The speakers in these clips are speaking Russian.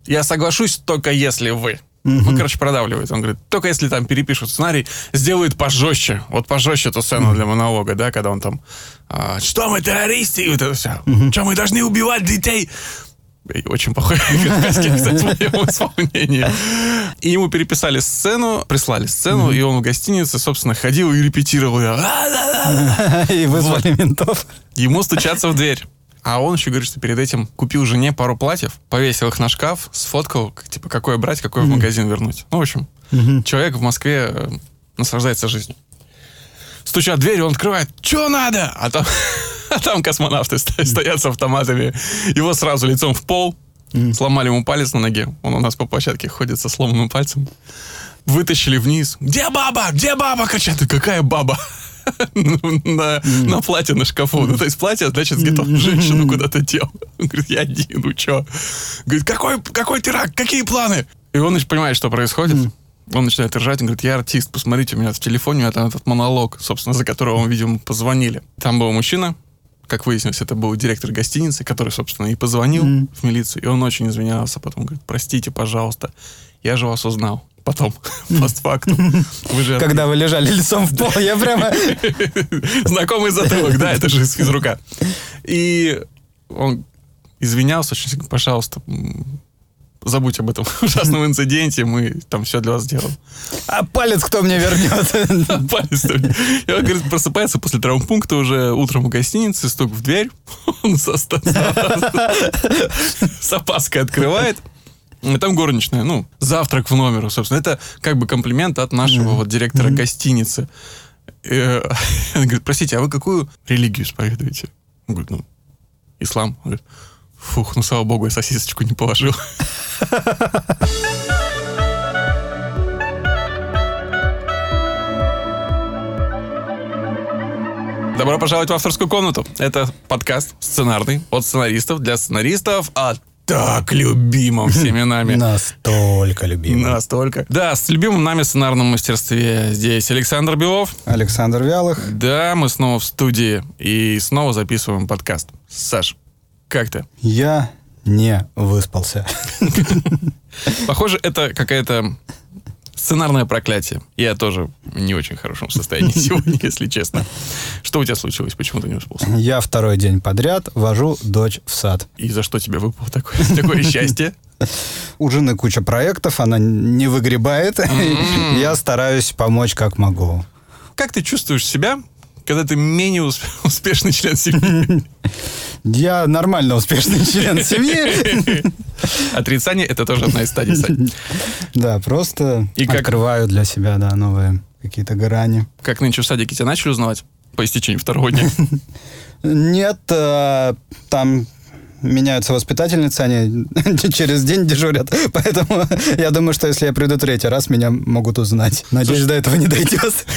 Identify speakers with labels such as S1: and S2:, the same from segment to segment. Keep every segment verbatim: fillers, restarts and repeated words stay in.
S1: я соглашусь только если вы.
S2: Угу.
S1: Ну, короче, продавливает. Он говорит, только если там перепишут сценарий, сделают пожестче. Вот пожестче эту сцену угу. для монолога, да, когда он там, а, что мы террористы, и вот это все. Угу. Что мы должны убивать детей? Очень плохой кавказский, кстати, в моем исполнении. И ему переписали сцену, прислали сцену, mm-hmm. и он в гостинице, собственно, ходил и репетировал.
S2: И вызвали ментов.
S1: Ему стучаться в дверь. А он еще говорит, что перед этим купил жене пару платьев, повесил их на шкаф, сфоткал, типа, какое брать, какое mm-hmm. в магазин вернуть. Ну, в общем, mm-hmm. человек в Москве наслаждается жизнью. Стучат в дверь, он открывает. Че надо? А там... А там космонавты стоят с автоматами. Его сразу лицом в пол. Mm. Сломали ему палец на ноге. Он у нас по площадке ходит со сломанным пальцем. Вытащили вниз. Где баба? Где баба? Кричат. Какая баба? на, mm. на платье на шкафу. Mm. Ну, то есть платье, значит, где-то женщину куда-то дел. Он говорит, я один, ну чё? Говорит, какой, какой теракт? Какие планы? И он еще понимает, что происходит. Mm. Он начинает ржать, он говорит, я артист, посмотрите, у меня в телефоне, у меня там этот монолог, собственно, за которого мы, видимо, позвонили. Там был мужчина, как выяснилось, это был директор гостиницы, который, собственно, и позвонил mm. в милицию, и он очень извинялся. Потом говорит, простите, пожалуйста, я же вас узнал. Потом, постфактум.
S2: Когда вы лежали лицом в пол, я прямо...
S1: Знакомый затылок, да, это же из физрука. И он извинялся очень сильно, пожалуйста, забудь об этом ужасном инциденте, мы там все для вас сделаем.
S2: А палец кто мне вернет?
S1: Палец. И он, говорит, просыпается после травмпункта уже утром в гостинице, стук в дверь, он с опаской открывает. И там горничная, ну, завтрак в номер, собственно. Это как бы комплимент от нашего вот директора гостиницы. Он говорит, простите, а вы какую религию исповедуете? Он говорит, ну, ислам. Он говорит, фух, ну, слава богу, я сосисочку не положил. Добро пожаловать в авторскую комнату. Это подкаст сценарный от сценаристов для сценаристов, а так любимым всеми нами.
S2: Настолько любимым.
S1: Настолько. Да, с любимым нами в сценарном мастерстве. Здесь Александр Белов.
S2: Александр Вялых.
S1: Да, мы снова в студии и снова записываем подкаст. Саш, как ты?
S2: Я не выспался.
S1: Похоже, это какая-то сценарное проклятие. Я тоже не в очень хорошем состоянии сегодня, если честно. Что у тебя случилось? Почему ты не выспался?
S2: Я второй день подряд вожу дочь в сад.
S1: И за что тебе выпало такое, такое счастье?
S2: У жены куча проектов, она не выгребает. Mm-hmm. Я стараюсь помочь как могу.
S1: Как ты чувствуешь себя, когда ты менее успешный член семьи?
S2: Я нормально успешный член семьи.
S1: Отрицание — это тоже одна из стадий, Сань.
S2: Да, просто и открываю как... для себя, да, новые какие-то грани.
S1: Как нынче в садике тебя начали узнавать по истечении второго дня?
S2: Нет, там меняются воспитательницы, они через день дежурят. Поэтому я думаю, что если я приду третий раз, меня могут узнать. Надеюсь, Слушай... до этого не дойдет.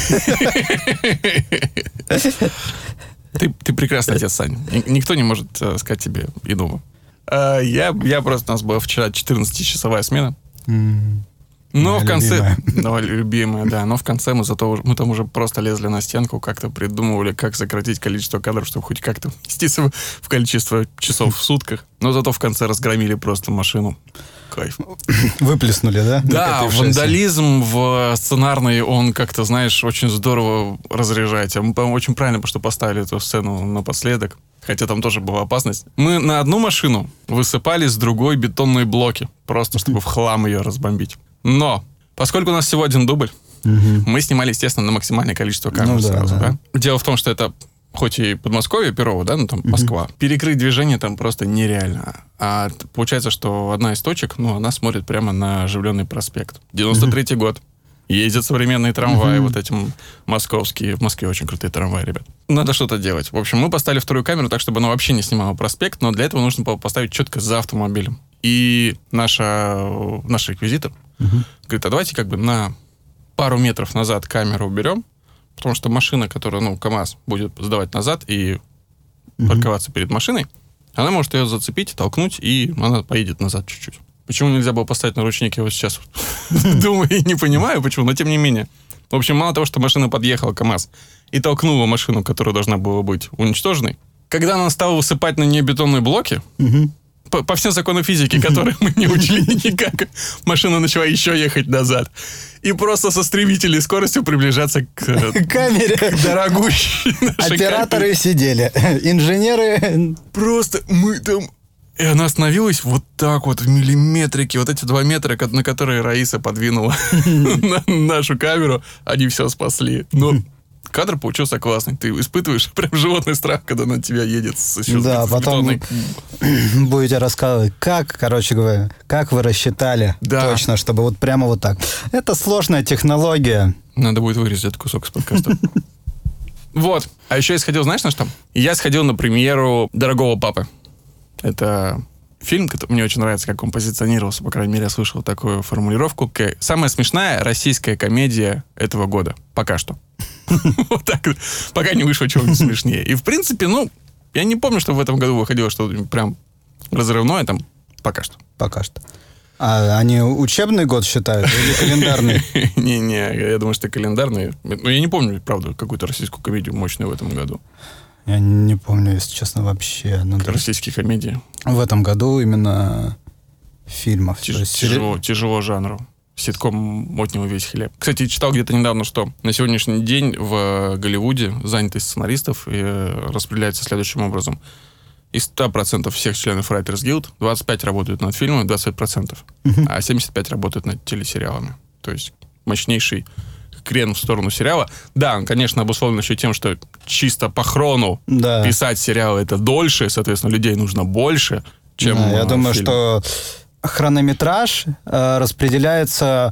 S1: Ты, ты прекрасный отец, Сань. Никто не может uh, сказать тебе иного. Uh, я, я просто... У нас была вчера четырнадцатичасовая смена. Mm. Но Моя в конце... Ну, любимая, да. Но в конце мы зато мы там уже просто лезли на стенку, как-то придумывали, как сократить количество кадров, чтобы хоть как-то вместиться в количество часов в сутках. Но зато в конце разгромили просто машину. Кайф.
S2: Выплеснули, да?
S1: Да, вандализм в сценарной, он как-то, знаешь, очень здорово разряжается. Мы, по-моему, очень правильно, потому что поставили эту сцену напоследок. Хотя там тоже была опасность. Мы на одну машину высыпали с другой бетонные блоки. Просто, чтобы в хлам ее разбомбить. Но, поскольку у нас всего один дубль, угу. мы снимали, естественно, на максимальное количество камер ну, сразу, да, да. да? Дело в том, что это хоть и Подмосковье, Перово, да, ну там угу. Москва, перекрыть движение там просто нереально. А получается, что одна из точек, ну, она смотрит прямо на оживленный проспект. девяносто третий угу. год. Ездят современные трамваи, угу. вот этим московские. В Москве очень крутые трамваи, ребят. Надо что-то делать. В общем, мы поставили вторую камеру так, чтобы она вообще не снимала проспект, но для этого нужно было поставить четко за автомобилем. И наша, наш реквизитор угу. говорит, а давайте как бы на пару метров назад камеру уберем, потому что машина, которая, ну, КамАЗ будет сдавать назад и угу. парковаться перед машиной, она может ее зацепить, толкнуть, и она поедет назад чуть-чуть. Почему нельзя было поставить наручники, я вот сейчас думаю и не понимаю, почему, но тем не менее. В общем, мало того, что машина подъехала, КамАЗ, и толкнула машину, которая должна была быть уничтоженной, когда она стала высыпать на нее бетонные блоки, по, по всем законам физики, которые мы не учили никак, машина начала еще ехать назад. И просто со стремительной скоростью приближаться к
S2: камере.
S1: К дорогущей нашей
S2: Операторы
S1: камере.
S2: Сидели, инженеры...
S1: Просто мы там... И она остановилась вот так вот, в миллиметрике. Вот эти два метра, на которые Раиса подвинула нашу камеру, они все спасли. Но кадр получился классный. Ты испытываешь прям животный страх, когда на тебя едет с еще
S2: Да,
S1: с
S2: потом
S1: бетонной...
S2: будете рассказывать, как, короче говоря, как вы рассчитали
S1: Да.
S2: точно, чтобы вот прямо вот так. Это сложная технология.
S1: Надо будет вырезать этот кусок из подкаста. Вот. А еще я сходил, знаешь, на что? Я сходил на премьеру «Дорогого папы». Это фильм, который мне очень нравится, как он позиционировался. По крайней мере, я слышал такую формулировку. Самая смешная российская комедия этого года. Пока что. Вот так. Пока не вышло чего-нибудь смешнее. И, в принципе, ну, я не помню, что в этом году выходило что-то прям разрывное там. Пока что.
S2: Пока что. А они учебный год считают или календарный?
S1: Не-не, я думаю, что календарный. Ну, я не помню, правда, какую-то российскую комедию мощную в этом году.
S2: Я не помню, если честно, вообще. Ну,
S1: российские комедии.
S2: В этом году именно фильмов.
S1: Тяж,
S2: есть,
S1: тяжело, сери... тяжело жанру. Ситком «Отнял весь хлеб». Кстати, читал где-то недавно, что на сегодняшний день в Голливуде занятость сценаристов распределяется следующим образом. Из ста процентов всех членов Writers Guild двадцать пять работают над фильмами, двадцать процентов, uh-huh. а семьдесят пять процентов работают над телесериалами. То есть мощнейший крен в сторону сериала. Да, он, конечно, обусловлен еще тем, что чисто по хрону да. писать сериалы это дольше, соответственно, людей нужно больше, чем
S2: да, я
S1: фильм.
S2: думаю, что хронометраж э, распределяется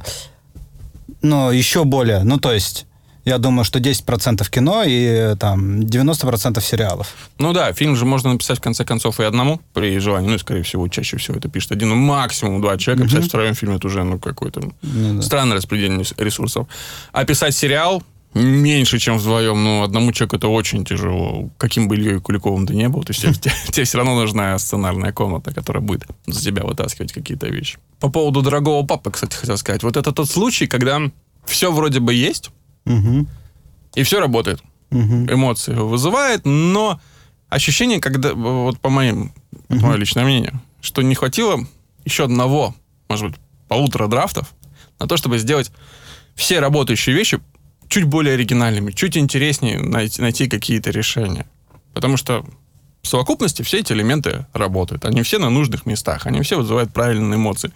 S2: ну, еще более. Ну, то есть, я думаю, что десять процентов кино и там девяносто процентов сериалов.
S1: Ну да, фильм же можно написать в конце концов и одному при желании. Ну и, скорее всего, чаще всего это пишет один, ну максимум два человека. Mm-hmm. Писать втроем фильм это уже ну, какое-то mm-hmm. странное распределение ресурсов. А писать сериал меньше, чем вдвоем. Ну, одному человеку это очень тяжело. Каким бы Ильей Куликовым ты не был, то есть тебе все равно нужна сценарная комната, которая будет за тебя вытаскивать какие-то вещи. По поводу «Дорогого папы», кстати, хотел сказать. Вот это тот случай, когда все вроде бы есть, угу. и все работает. Угу. Эмоции вызывает, но ощущение, когда, вот по моим, угу. мое личное мнение, что не хватило еще одного, может быть, полутора драфтов на то, чтобы сделать все работающие вещи чуть более оригинальными, чуть интереснее найти, найти какие-то решения. Потому что в совокупности все эти элементы работают. Они все на нужных местах. Они все вызывают правильные эмоции.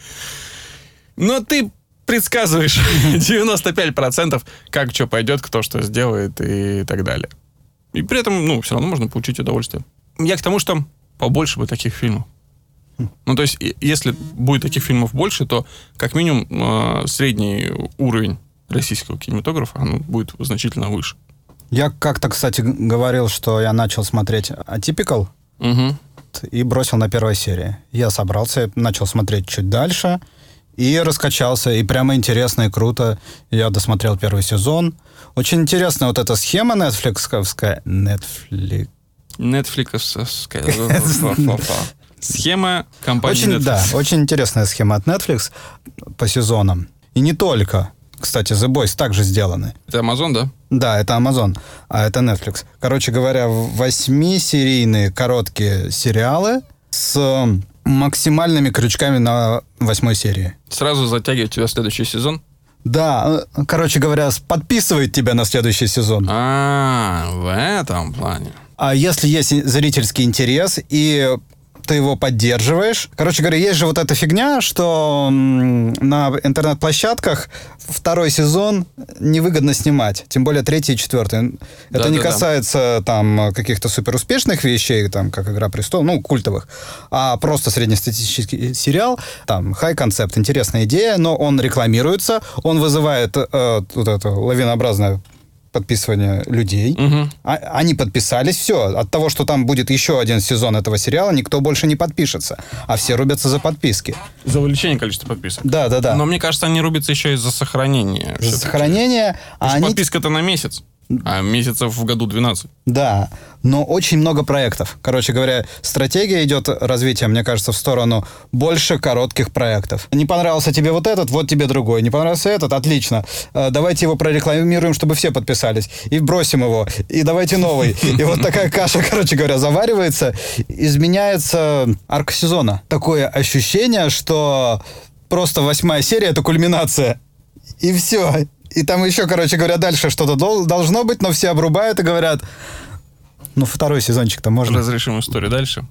S1: Но ты предсказываешь девяносто пять процентов, как что пойдет, кто что сделает и так далее. И при этом, ну, все равно можно получить удовольствие. Я к тому, что побольше бы таких фильмов. Ну, то есть, если будет таких фильмов больше, то, как минимум, э, средний уровень российского кинематографа, оно будет значительно выше.
S2: Я как-то, кстати, говорил, что я начал смотреть «Atypical»
S1: угу.
S2: и бросил на первой серии. Я собрался, начал смотреть чуть дальше и раскачался. И прямо интересно и круто. Я досмотрел первый сезон. Очень интересная вот эта схема нетфликсовская. Netflix...
S1: Нетфликсовская. Схема компании
S2: очень,
S1: Netflix.
S2: Да, очень интересная схема от Netflix по сезонам. И не только. Кстати, The Boys также сделаны.
S1: Это Amazon, да?
S2: Да, это Amazon, а это Netflix. Короче говоря, восьмисерийные короткие сериалы с максимальными крючками на восьмой серии.
S1: Сразу затягивает тебя в следующий сезон?
S2: Да, короче говоря, подписывает тебя на следующий сезон.
S1: А, в этом плане.
S2: А если есть зрительский интерес и ты его поддерживаешь. Короче говоря, есть же вот эта фигня, что на интернет-площадках второй сезон невыгодно снимать, тем более третий и четвертый. Это да, не да, касается да. там каких-то суперуспешных вещей, там как «Игра престолов», ну, культовых, а просто среднестатистический сериал, там, хай-концепт, интересная идея, но он рекламируется, он вызывает э, вот это лавинообразное подписывание людей. Угу. А, они подписались, все. От того, что там будет еще один сезон этого сериала, никто больше не подпишется. А все рубятся за подписки.
S1: За увеличение количества подписок.
S2: Да, да, да.
S1: Но мне кажется, они рубятся еще из-за сохранения.
S2: За сохранение.
S1: А они... Подписка-то на месяц. А месяцев в году двенадцать.
S2: Да, но очень много проектов. Короче говоря, стратегия идет развитие, мне кажется, в сторону больше коротких проектов. Не понравился тебе вот этот, вот тебе другой. Не понравился этот, отлично. Давайте его прорекламируем, чтобы все подписались. И бросим его. И давайте новый. И вот такая каша, короче говоря, заваривается. Изменяется арка сезона. Такое ощущение, что просто восьмая серия — это кульминация. И все. И там еще, короче говоря, дальше что-то дол- должно быть, но все обрубают и говорят, ну, второй сезончик-то можно.
S1: Разрешим историю дальше.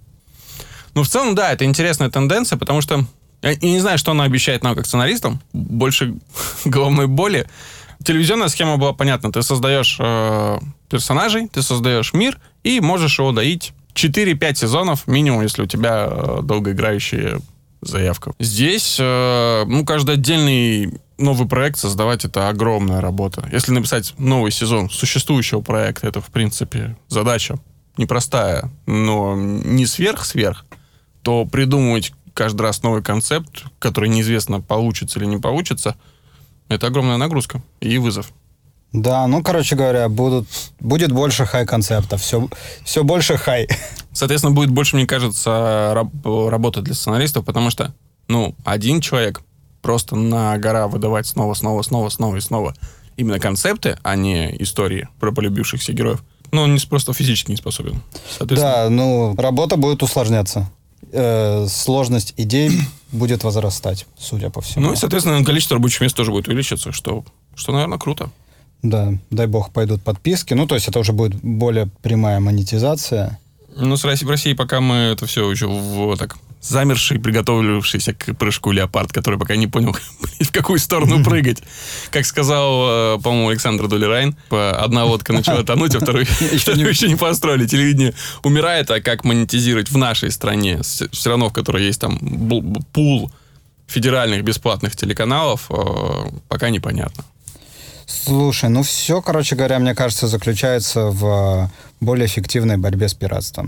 S1: Ну, в целом, да, это интересная тенденция, потому что я, я не знаю, что она обещает нам, как сценаристам. Больше головной боли. Телевизионная схема была понятна. Ты создаешь э, персонажей, ты создаешь мир и можешь его доить четыре-пять сезонов минимум, если у тебя э, долгоиграющая заявка. Здесь, э, ну, каждый отдельный новый проект создавать — это огромная работа. Если написать новый сезон существующего проекта, это, в принципе, задача непростая, но не сверх-сверх, то придумывать каждый раз новый концепт, который неизвестно, получится или не получится, это огромная нагрузка и вызов.
S2: Да, ну, короче говоря, будут, будет больше хай-концептов, все, все больше хай.
S1: Соответственно, будет больше, мне кажется, раб- работы для сценаристов, потому что, ну, один человек просто на гора выдавать снова, снова, снова, снова и снова именно концепты, а не истории про полюбившихся героев, ну, он не, просто физически не способен.
S2: Да, ну, работа будет усложняться. Э, сложность идей будет возрастать, судя по всему.
S1: Ну, и, соответственно, количество рабочих мест тоже будет увеличиваться, что, что, наверное, круто.
S2: Да, дай бог пойдут подписки. Ну, то есть это уже будет более прямая монетизация.
S1: Ну, с России, в России пока мы это все еще в, так, замерший, приготовившийся к прыжку леопард, который пока не понял, в какую сторону прыгать. Как сказал, по-моему, Александр Долерайн, одна лодка начала тонуть, а вторую еще не построили. Телевидение умирает, а как монетизировать в нашей стране, все равно в которой есть там пул федеральных бесплатных телеканалов, пока непонятно.
S2: Слушай, ну все, короче говоря, мне кажется, заключается в более эффективной борьбе с пиратством.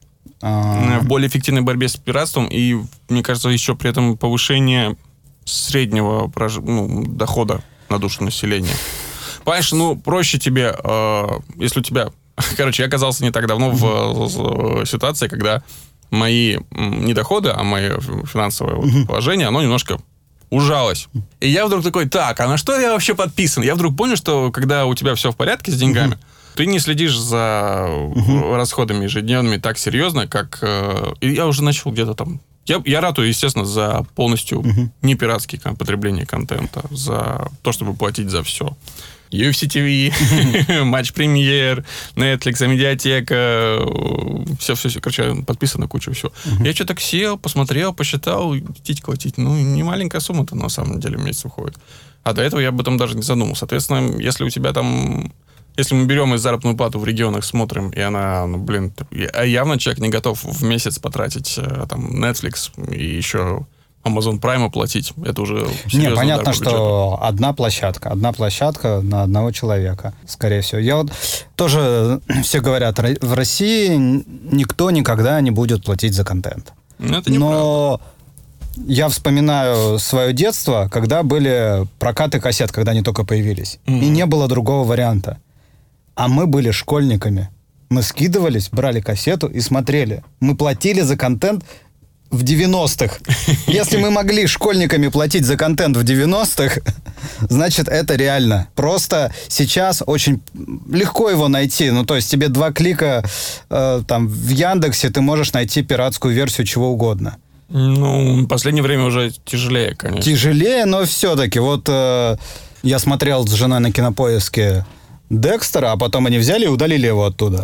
S1: В более эффективной борьбе с пиратством и, мне кажется, еще при этом повышение среднего прож... ну, дохода на душу населения. Понимаешь, ну, проще тебе, э, если у тебя... Короче, я оказался не так давно в, в ситуации, когда мои не доходы, а мое финансовое вот, положение, оно немножко ужалось. И я вдруг такой, так, а на что я вообще подписан? Я вдруг понял, что когда у тебя все в порядке с деньгами, uh-huh. ты не следишь за uh-huh. расходами ежедневными так серьезно, как... Э, и я уже начал где-то там... Я, я ратую, естественно, за полностью uh-huh. не пиратское потребление контента, за то, чтобы платить за все. ю эф си ти ви, Матч Премьер, Netflix, Медиатека, все-все-все, короче, подписано на кучу всего. Uh-huh. Я что-то так сел, посмотрел, посчитал, тить платить. Ну, не маленькая сумма-то на самом деле в месяц уходит. А до этого я об этом даже не задумал. Соответственно, если у тебя там... Если мы берем из заработную плату в регионах, смотрим, и она, ну, блин, явно человек не готов в месяц потратить там Netflix и еще... Amazon Prime оплатить, это уже серьезный.
S2: Не, понятно,
S1: удар по бюджету.
S2: что одна площадка, одна площадка на одного человека, скорее всего. Я вот тоже, все говорят, в России никто никогда не будет платить за контент.
S1: Это
S2: Но я вспоминаю свое детство, когда были прокаты кассет, когда они только появились. Mm-hmm. И не было другого варианта. А мы были школьниками. Мы скидывались, брали кассету и смотрели. Мы платили за контент в девяностых. Если мы могли школьниками платить за контент в девяностых, значит, это реально. Просто сейчас очень легко его найти. Ну, то есть тебе два клика э, там в Яндексе, ты можешь найти пиратскую версию чего угодно.
S1: Ну, в последнее время уже тяжелее, конечно.
S2: Тяжелее, но все-таки. Вот э, я смотрел с женой на Кинопоиске Декстера, а потом они взяли и удалили его оттуда.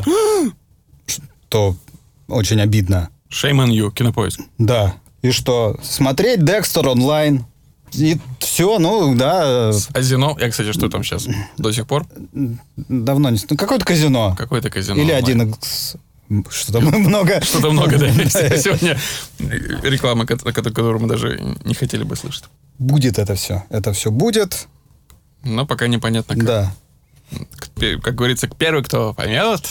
S2: Что очень обидно.
S1: Shame on you, Кинопоиск.
S2: Да. И что? Смотреть Декстер онлайн. И все, ну, да.
S1: Казино. Я, кстати, что там сейчас? До сих пор?
S2: Давно не... Ну, какое-то казино.
S1: Какое-то казино.
S2: Или один икс. Что-то много.
S1: Что-то много, да. Сегодня реклама, которую мы даже не хотели бы слышать.
S2: Будет это все. Это все будет.
S1: Но пока непонятно как.
S2: Да.
S1: Как говорится, первый, кто поймет,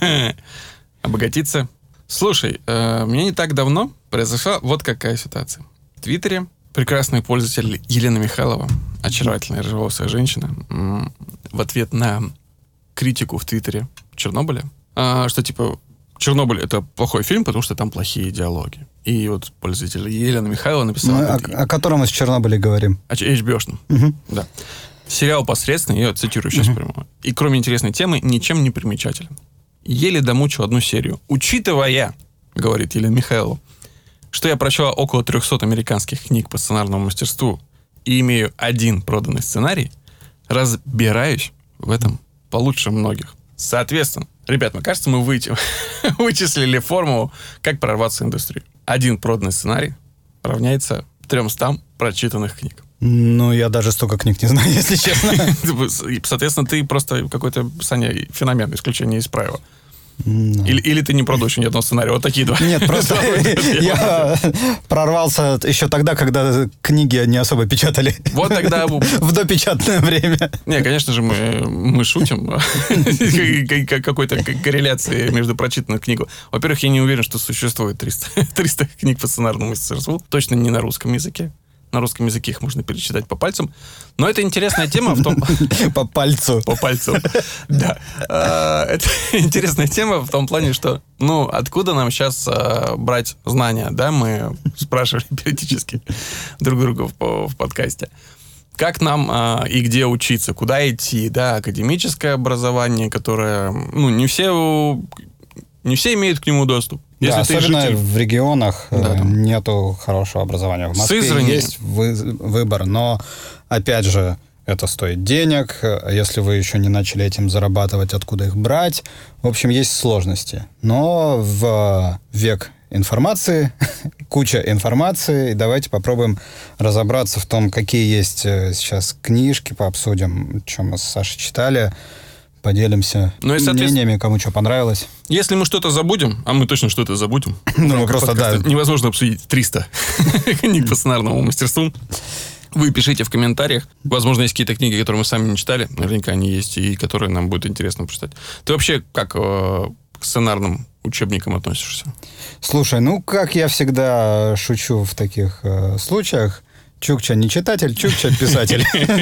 S1: обогатится. Слушай, э, мне не так давно произошла вот какая ситуация. В Твиттере прекрасный пользователь Елена Михайлова, очаровательная рыжеволосая женщина, м- в ответ на критику в Твиттере Чернобыля, а, что типа Чернобыль — это плохой фильм, потому что там плохие диалоги. И вот пользователь Елена Михайлова написала...
S2: Мы о, о котором мы с Чернобыле говорим.
S1: О эйч би о-шном.
S2: Угу.
S1: Да. Сериал посредственный, я цитирую сейчас угу. прямо. И кроме интересной темы, ничем не примечателен. Еле домучил одну серию. Учитывая, говорит Елена Михайлова, что я прочла около трехсот американских книг по сценарному мастерству и имею один проданный сценарий, разбираюсь в этом получше многих. Соответственно, ребят, мне кажется, мы вычислили, вычислили формулу, как прорваться в индустрию. Один проданный сценарий равняется тремстам прочитанных книг.
S2: Ну, я даже столько книг не знаю, если честно.
S1: Соответственно, ты просто какой-то, Саня, феномен, исключение из правила. No. Или, или ты не продал еще ни одного сценария. Вот такие два.
S2: Нет, просто я прорвался еще тогда, когда книги не особо печатали.
S1: Вот тогда...
S2: В допечатное время.
S1: Не, конечно же, мы, мы шутим. Какой-то корреляции между прочитанной книгой. Во-первых, я не уверен, что существует триста, триста книг по сценарному мастерству. Точно не на русском языке. На русском языке их можно перечитать по пальцам. Но это интересная тема в том...
S2: По пальцу.
S1: По пальцу, да. Это интересная тема в том плане, что, ну, откуда нам сейчас брать знания, да? Мы спрашивали периодически друг друга в подкасте. Как нам и где учиться, куда идти, да? Академическое образование, которое... Ну, не все... Не все имеют к нему доступ.
S2: Да, если особенно житель... в регионах да, там. Нету хорошего образования. В Москве
S1: Сызрани.
S2: Есть вы, выбор, но, опять же, это стоит денег. Если вы еще не начали этим зарабатывать, откуда их брать? В общем, есть сложности. Но в век информации, куча информации. Давайте попробуем разобраться в том, какие есть сейчас книжки, пообсудим, что мы с Сашей читали. Поделимся ну, и, мнениями, кому что понравилось.
S1: Если мы что-то забудем, а мы точно что-то забудем,
S2: ну, мы просто, да.
S1: Невозможно обсудить триста книг по сценарному мастерству. Вы пишите в комментариях. Возможно, есть какие-то книги, которые мы сами не читали. Наверняка они есть, и которые нам будет интересно прочитать. Ты вообще как э, к сценарным учебникам относишься?
S2: Слушай, ну, как я всегда шучу в таких э, случаях, Чукча не читатель, Чукча писатель.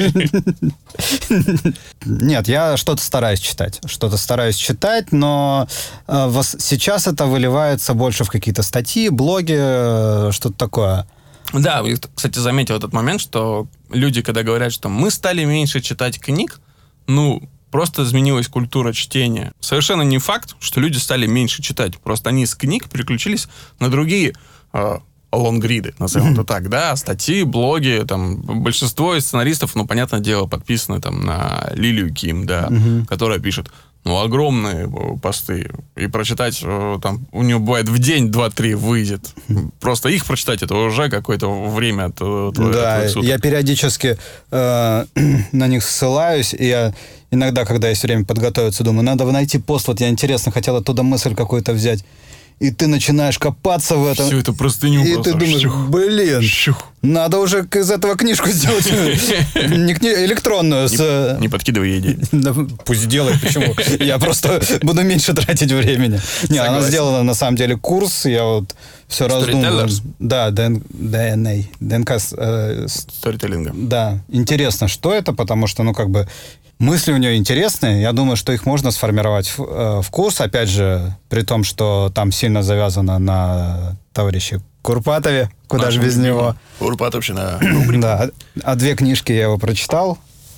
S2: Нет, я что-то стараюсь читать. Что-то стараюсь читать, но э, сейчас это выливается больше в какие-то статьи, блоги, э, что-то такое.
S1: Да, кстати, заметил этот момент, что люди, когда говорят, что мы стали меньше читать книг, ну, просто изменилась культура чтения. Совершенно не факт, что люди стали меньше читать. Просто они с книг переключились на другие э, лонгриды, назовем это так, да, статьи, блоги, там, большинство из сценаристов, ну, понятное дело, подписаны там на Лилию Ким, да, uh-huh. которая пишет, ну, огромные посты, и прочитать, там, у нее бывает в день два-три выйдет. Просто их прочитать, это уже какое-то время от, от,
S2: да, от я периодически э, на них ссылаюсь, и я иногда, когда есть время подготовиться, думаю, надо найти пост, вот я интересно хотел оттуда мысль какую-то взять. И ты начинаешь копаться в этом.
S1: Все это простыню
S2: и
S1: просто.
S2: ты думаешь, Щух. блин, Щух. надо уже из этого книжку сделать. Электронную.
S1: Не подкидывай ей идеи.
S2: Пусть делает, почему? Я просто буду меньше тратить времени. Не, она сделала на самом деле курс, я вот все раздумываю. Да, ди эн эй, ДНК.
S1: Сторителлинга.
S2: Да, интересно, что это, потому что, ну, как бы, мысли у нее интересные. Я думаю, что их можно сформировать в, э, в курс. Опять же, при том, что там сильно завязано на товарище Курпатове. Куда же без него.
S1: Курпатовщина.
S2: Да. А две книжки я его прочитал.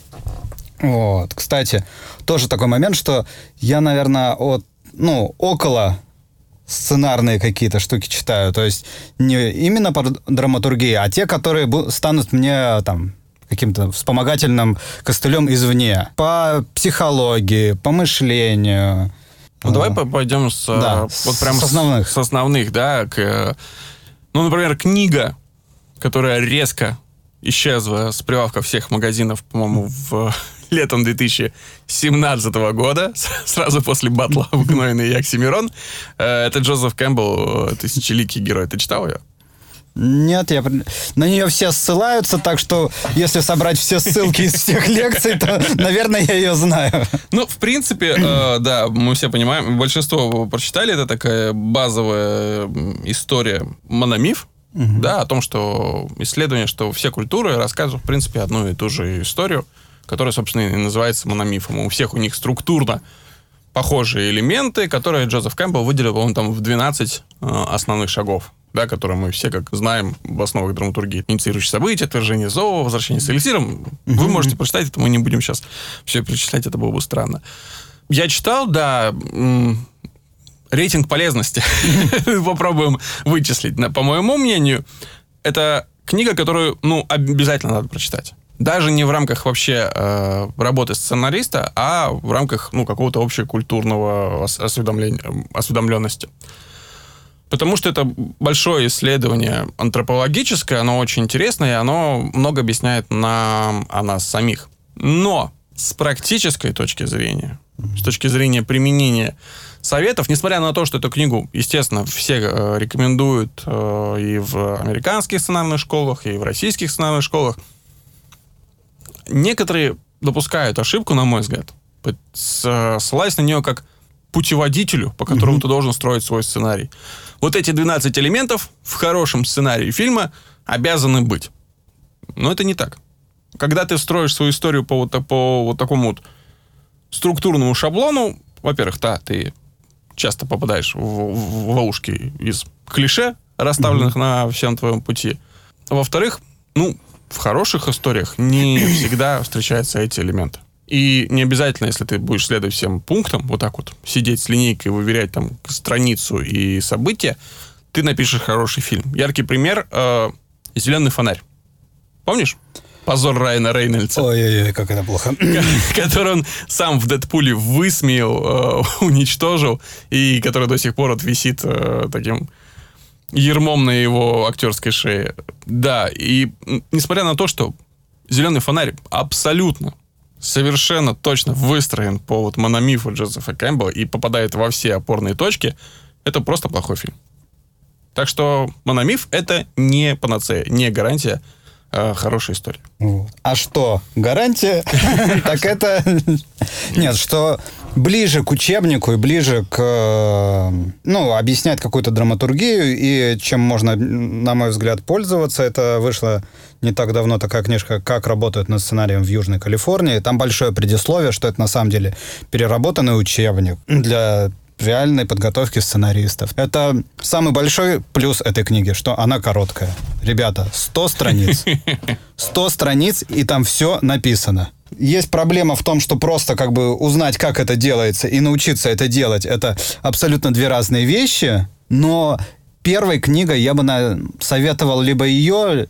S2: Вот. Кстати, тоже такой момент, что я, наверное, от, ну, около сценарные какие-то штуки читаю. То есть не именно по драматургии, а те, которые бу- станут мне там каким-то вспомогательным костылем извне. По психологии, по мышлению.
S1: Ну, давай пойдем с,
S2: да,
S1: вот прям
S2: с основных.
S1: С, с основных, да. К, ну, например, книга, которая резко исчезла с прилавков всех магазинов, по-моему, в летом две тысячи семнадцатого года, сразу после батла в «Гнойный и Оксимирон». Это Джозеф Кэмпбелл, «Тысячеликий герой». Ты читал ее?
S2: Нет, я... на нее все ссылаются, так что если собрать все ссылки из всех лекций, то, наверное, я ее знаю.
S1: Ну, в принципе, э, да, мы все понимаем, большинство прочитали, это такая базовая история, мономиф, угу. да, о том, что исследование, что все культуры рассказывают, в принципе, одну и ту же историю, который, собственно, и называется мономифом. У всех у них структурно похожие элементы, которые Джозеф Кэмпбелл выделил, по-моему, там в двенадцать э, основных шагов, да, которые мы все, как знаем, в основах драматургии. Инициирующие события, отвержение зова, возвращение с эликсиром. Mm-hmm. Вы можете прочитать это, мы не будем сейчас все перечислять, это было бы странно. Я читал, да, м- рейтинг полезности. Попробуем вычислить. По моему мнению, это книга, которую, ну, обязательно надо прочитать. Даже не в рамках вообще э, работы сценариста, а в рамках, ну, какого-то общекультурного осведомления, осведомленности. Потому что это большое исследование антропологическое, оно очень интересное, и оно много объясняет нам о нас самих. Но с практической точки зрения, с точки зрения применения советов, несмотря на то, что эту книгу, естественно, все э, рекомендуют э, и в американских сценарных школах, и в российских сценарных школах, некоторые допускают ошибку, на мой взгляд, ссылаясь на нее как путеводителю, по которому mm-hmm. ты должен строить свой сценарий. Вот эти двенадцать элементов в хорошем сценарии фильма обязаны быть. Но это не так. Когда ты строишь свою историю по вот, по вот такому вот структурному шаблону, во-первых, да, ты часто попадаешь в, в, в ловушки из клише, расставленных mm-hmm. на всем твоем пути. Во-вторых, ну, в хороших историях не всегда встречаются эти элементы. И не обязательно, если ты будешь следовать всем пунктам, вот так вот сидеть с линейкой, выверять там страницу и события, ты напишешь хороший фильм. Яркий пример э, «Зеленый фонарь». Помнишь? Позор Райана Рейнольдса.
S2: Ой-ой-ой, как это плохо.
S1: Который он сам в «Дэдпуле» высмеял, э, уничтожил, и который до сих пор вот висит э, таким ермом на его актерской шее. Да, и несмотря на то, что «Зеленый фонарь» абсолютно, совершенно точно выстроен по вот мономифу Джозефа Кэмпбелла и попадает во все опорные точки, это просто плохой фильм. Так что мономиф — это не панацея, не гарантия э, хорошей истории.
S2: А что, гарантия? Так это... Нет, что ближе к учебнику и ближе к... Ну, объяснять какую-то драматургию, и чем можно, на мой взгляд, пользоваться. Это вышло не так давно такая книжка «Как работают над сценарием в Южной Калифорнии». Там большое предисловие, что это на самом деле переработанный учебник для реальной подготовки сценаристов. Это самый большой плюс этой книги, что она короткая. Ребята, сто страниц. сто страниц, и там все написано. Есть проблема в том, что просто как бы узнать, как это делается, и научиться это делать, это абсолютно две разные вещи, но первой книгой я бы на... советовал либо ее,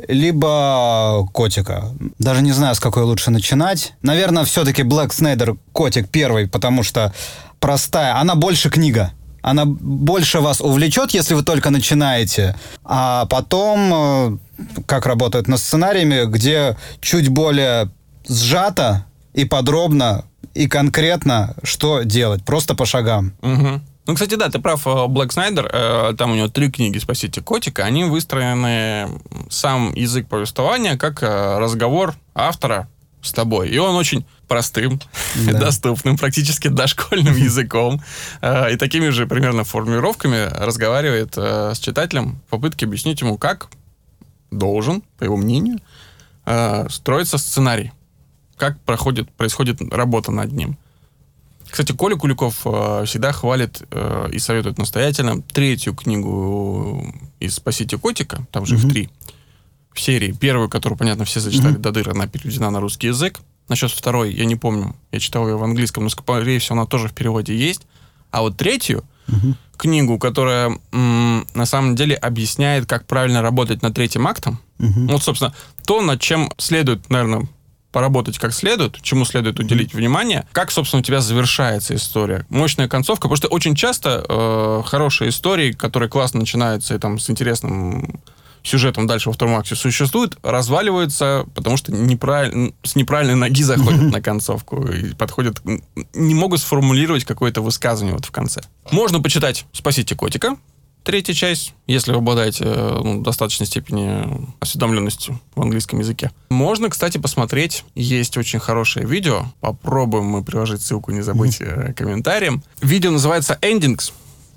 S2: либо «Котика». Даже не знаю, с какой лучше начинать. Наверное, все-таки «Блэк Снайдер» «Котик» первый, потому что простая, она больше книга. Она больше вас увлечет, если вы только начинаете. А потом, как работают над сценариями, где чуть более сжато и подробно, и конкретно, что делать. Просто по шагам.
S1: Угу. Ну, кстати, да, ты прав, Блэк Снайдер, э, там у него три книги «Спасите котика», они выстроены, сам язык повествования, как э, разговор автора с тобой. И он очень простым, да. доступным, практически дошкольным языком э, и такими же примерно формулировками разговаривает э, с читателем в попытке объяснить ему, как должен, по его мнению, э, строиться сценарий, как проходит, происходит работа над ним. Кстати, Коля Куликов э, всегда хвалит э, и советует настоятельно третью книгу из «Спасите котика», там же mm-hmm. их три, в серии. Первую, которую, понятно, все зачитали mm-hmm. до дыр, она переведена на русский язык. Насчет второй, я не помню, я читал ее в английском, но, скорее всего, она тоже в переводе есть. А вот третью mm-hmm. книгу, которая м, на самом деле объясняет, как правильно работать над третьим актом, mm-hmm. вот, собственно, то, над чем следует, наверное, поработать как следует, чему следует уделить mm-hmm. внимание, как, собственно, у тебя завершается история. Мощная концовка, потому что очень часто э, хорошие истории, которые классно начинаются и там с интересным сюжетом дальше во втором акте существуют, разваливаются, потому что неправиль... с неправильной ноги заходят mm-hmm. на концовку и подходят, не могут сформулировать какое-то высказывание вот в конце. Можно почитать «Спасите котика», третья часть, если вы обладаете ну, достаточной степени осведомленности в английском языке. Можно, кстати, посмотреть. Есть очень хорошее видео. Попробуем мы приложить ссылку, не забыть mm-hmm. комментарием. Видео называется «Endings».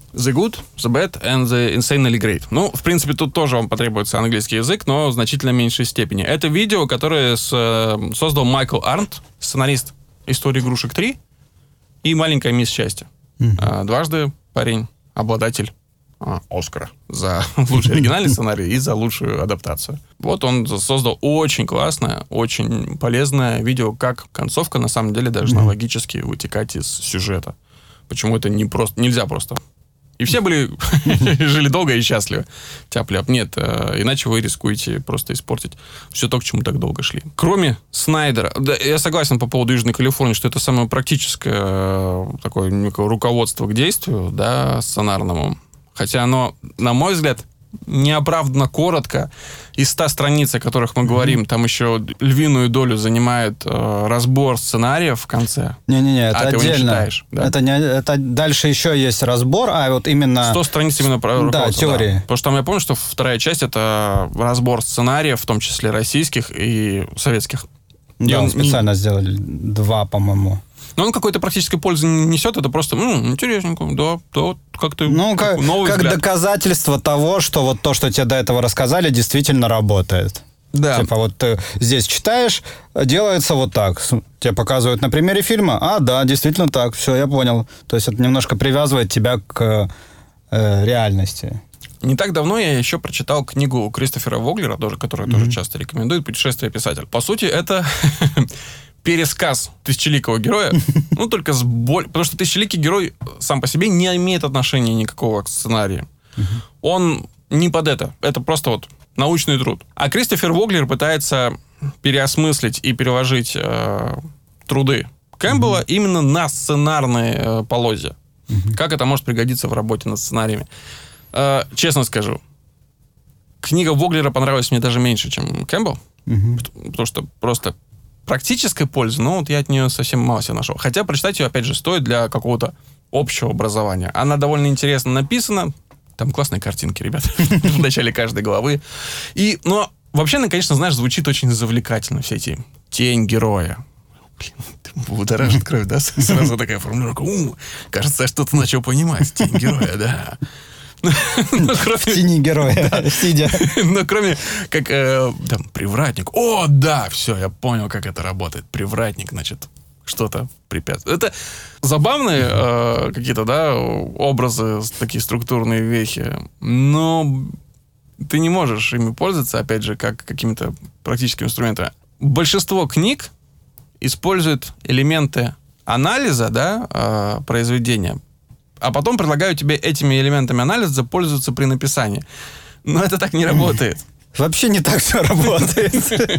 S1: The Good, The Bad and The Insanely Great. Ну, в принципе, тут тоже вам потребуется английский язык, но в значительно меньшей степени. Это видео, которое с, создал Майкл Арнт, сценарист «Истории игрушек три» и «Маленькая мисс счастья». Mm-hmm. Дважды парень, обладатель а, Оскара за лучший оригинальный сценарий и за лучшую адаптацию. Вот он создал очень классное, очень полезное видео, как концовка на самом деле должна mm-hmm. логически вытекать из сюжета. Почему это не просто, нельзя просто. И все были, жили долго и счастливы. Тяп-ляп. Нет, иначе вы рискуете просто испортить все то, к чему так долго шли. Кроме Снайдера, да, я согласен по поводу Южной Калифорнии, что это самое практическое такое руководство к действию, да, сценарному. Хотя оно, на мой взгляд, неоправданно коротко. Из ста страниц, о которых мы mm-hmm. говорим, там еще львиную долю занимает э, разбор сценариев в конце.
S2: Не-не-не, это
S1: а
S2: отдельно.
S1: Ты его не читаешь, да?
S2: Это, не, это дальше еще есть разбор, а вот именно...
S1: сто страниц именно про руководство.
S2: Да, теории.
S1: Да. Потому что там я помню, что вторая часть — это разбор сценариев, в том числе российских и советских.
S2: Да,
S1: и он
S2: специально
S1: не...
S2: сделали два, по-моему.
S1: Но он какой-то практической пользы не несет, это просто, м-м, интересненько, да, да, как-то
S2: ну, как,
S1: новый
S2: как
S1: взгляд.
S2: Доказательство того, что вот то, что тебе до этого рассказали, действительно работает.
S1: Да.
S2: Типа вот ты здесь читаешь, делается вот так. Тебе показывают на примере фильма, а, да, действительно так, все, я понял. То есть это немножко привязывает тебя к э, реальности.
S1: Не так давно я еще прочитал книгу Кристофера Воглера, которую mm-hmm. тоже часто рекомендуют, «Путешествие писателя». По сути, это... пересказ тысячеликого героя, ну, только с боль... Потому что тысячеликий герой сам по себе не имеет отношения никакого к сценарию. Uh-huh. Он не под это. Это просто вот научный труд. А Кристофер Воглер пытается переосмыслить и переложить э, труды Кэмпбелла uh-huh. именно на сценарные э, полозья. Uh-huh. Как это может пригодиться в работе над сценариями. Э, честно скажу, книга Воглера понравилась мне даже меньше, чем Кэмпбелл. Uh-huh. Потому что просто... практической пользы, ну, вот я от нее совсем мало себе нашел. Хотя прочитать ее, опять же, стоит для какого-то общего образования. Она довольно интересно написана. Там классные картинки, ребят, в начале каждой главы. И, но вообще, она, конечно, знаешь, звучит очень завлекательно. Все эти тень героя. Блин, будоражит кровь, да? Сразу такая формулировка. У, кажется, я что-то начал понимать. Тень героя, да.
S2: Но кроме... В тени героя, да. Сидя.
S1: Но кроме, как, э, там, привратник. О, да, все, я понял, как это работает. Привратник, значит, что-то препятствует. Это забавные э, какие-то, да, образы, такие структурные вехи, но ты не можешь ими пользоваться, опять же, как какими-то практическими инструментами. Большинство книг используют элементы анализа, да, э, произведения, а потом предлагаю тебе этими элементами анализа пользоваться при написании. Но это так не работает.
S2: Вообще не так все работает.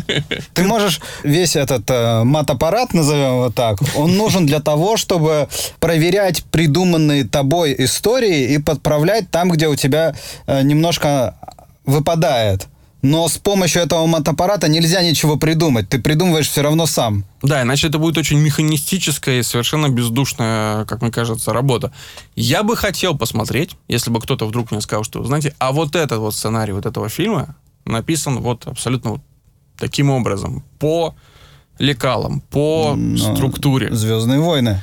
S2: Ты можешь весь этот э, мат-аппарат, назовем его так, он нужен для того, чтобы проверять придуманные тобой истории и подправлять там, где у тебя э, немножко выпадает. Но с помощью этого мат-аппарата нельзя ничего придумать. Ты придумываешь все равно сам.
S1: Да, иначе это будет очень механистическая и совершенно бездушная, как мне кажется, работа. Я бы хотел посмотреть, если бы кто-то вдруг мне сказал, что, знаете, а вот этот вот сценарий вот этого фильма написан вот абсолютно вот таким образом, по лекалам, по Но структуре.
S2: «Звездные войны».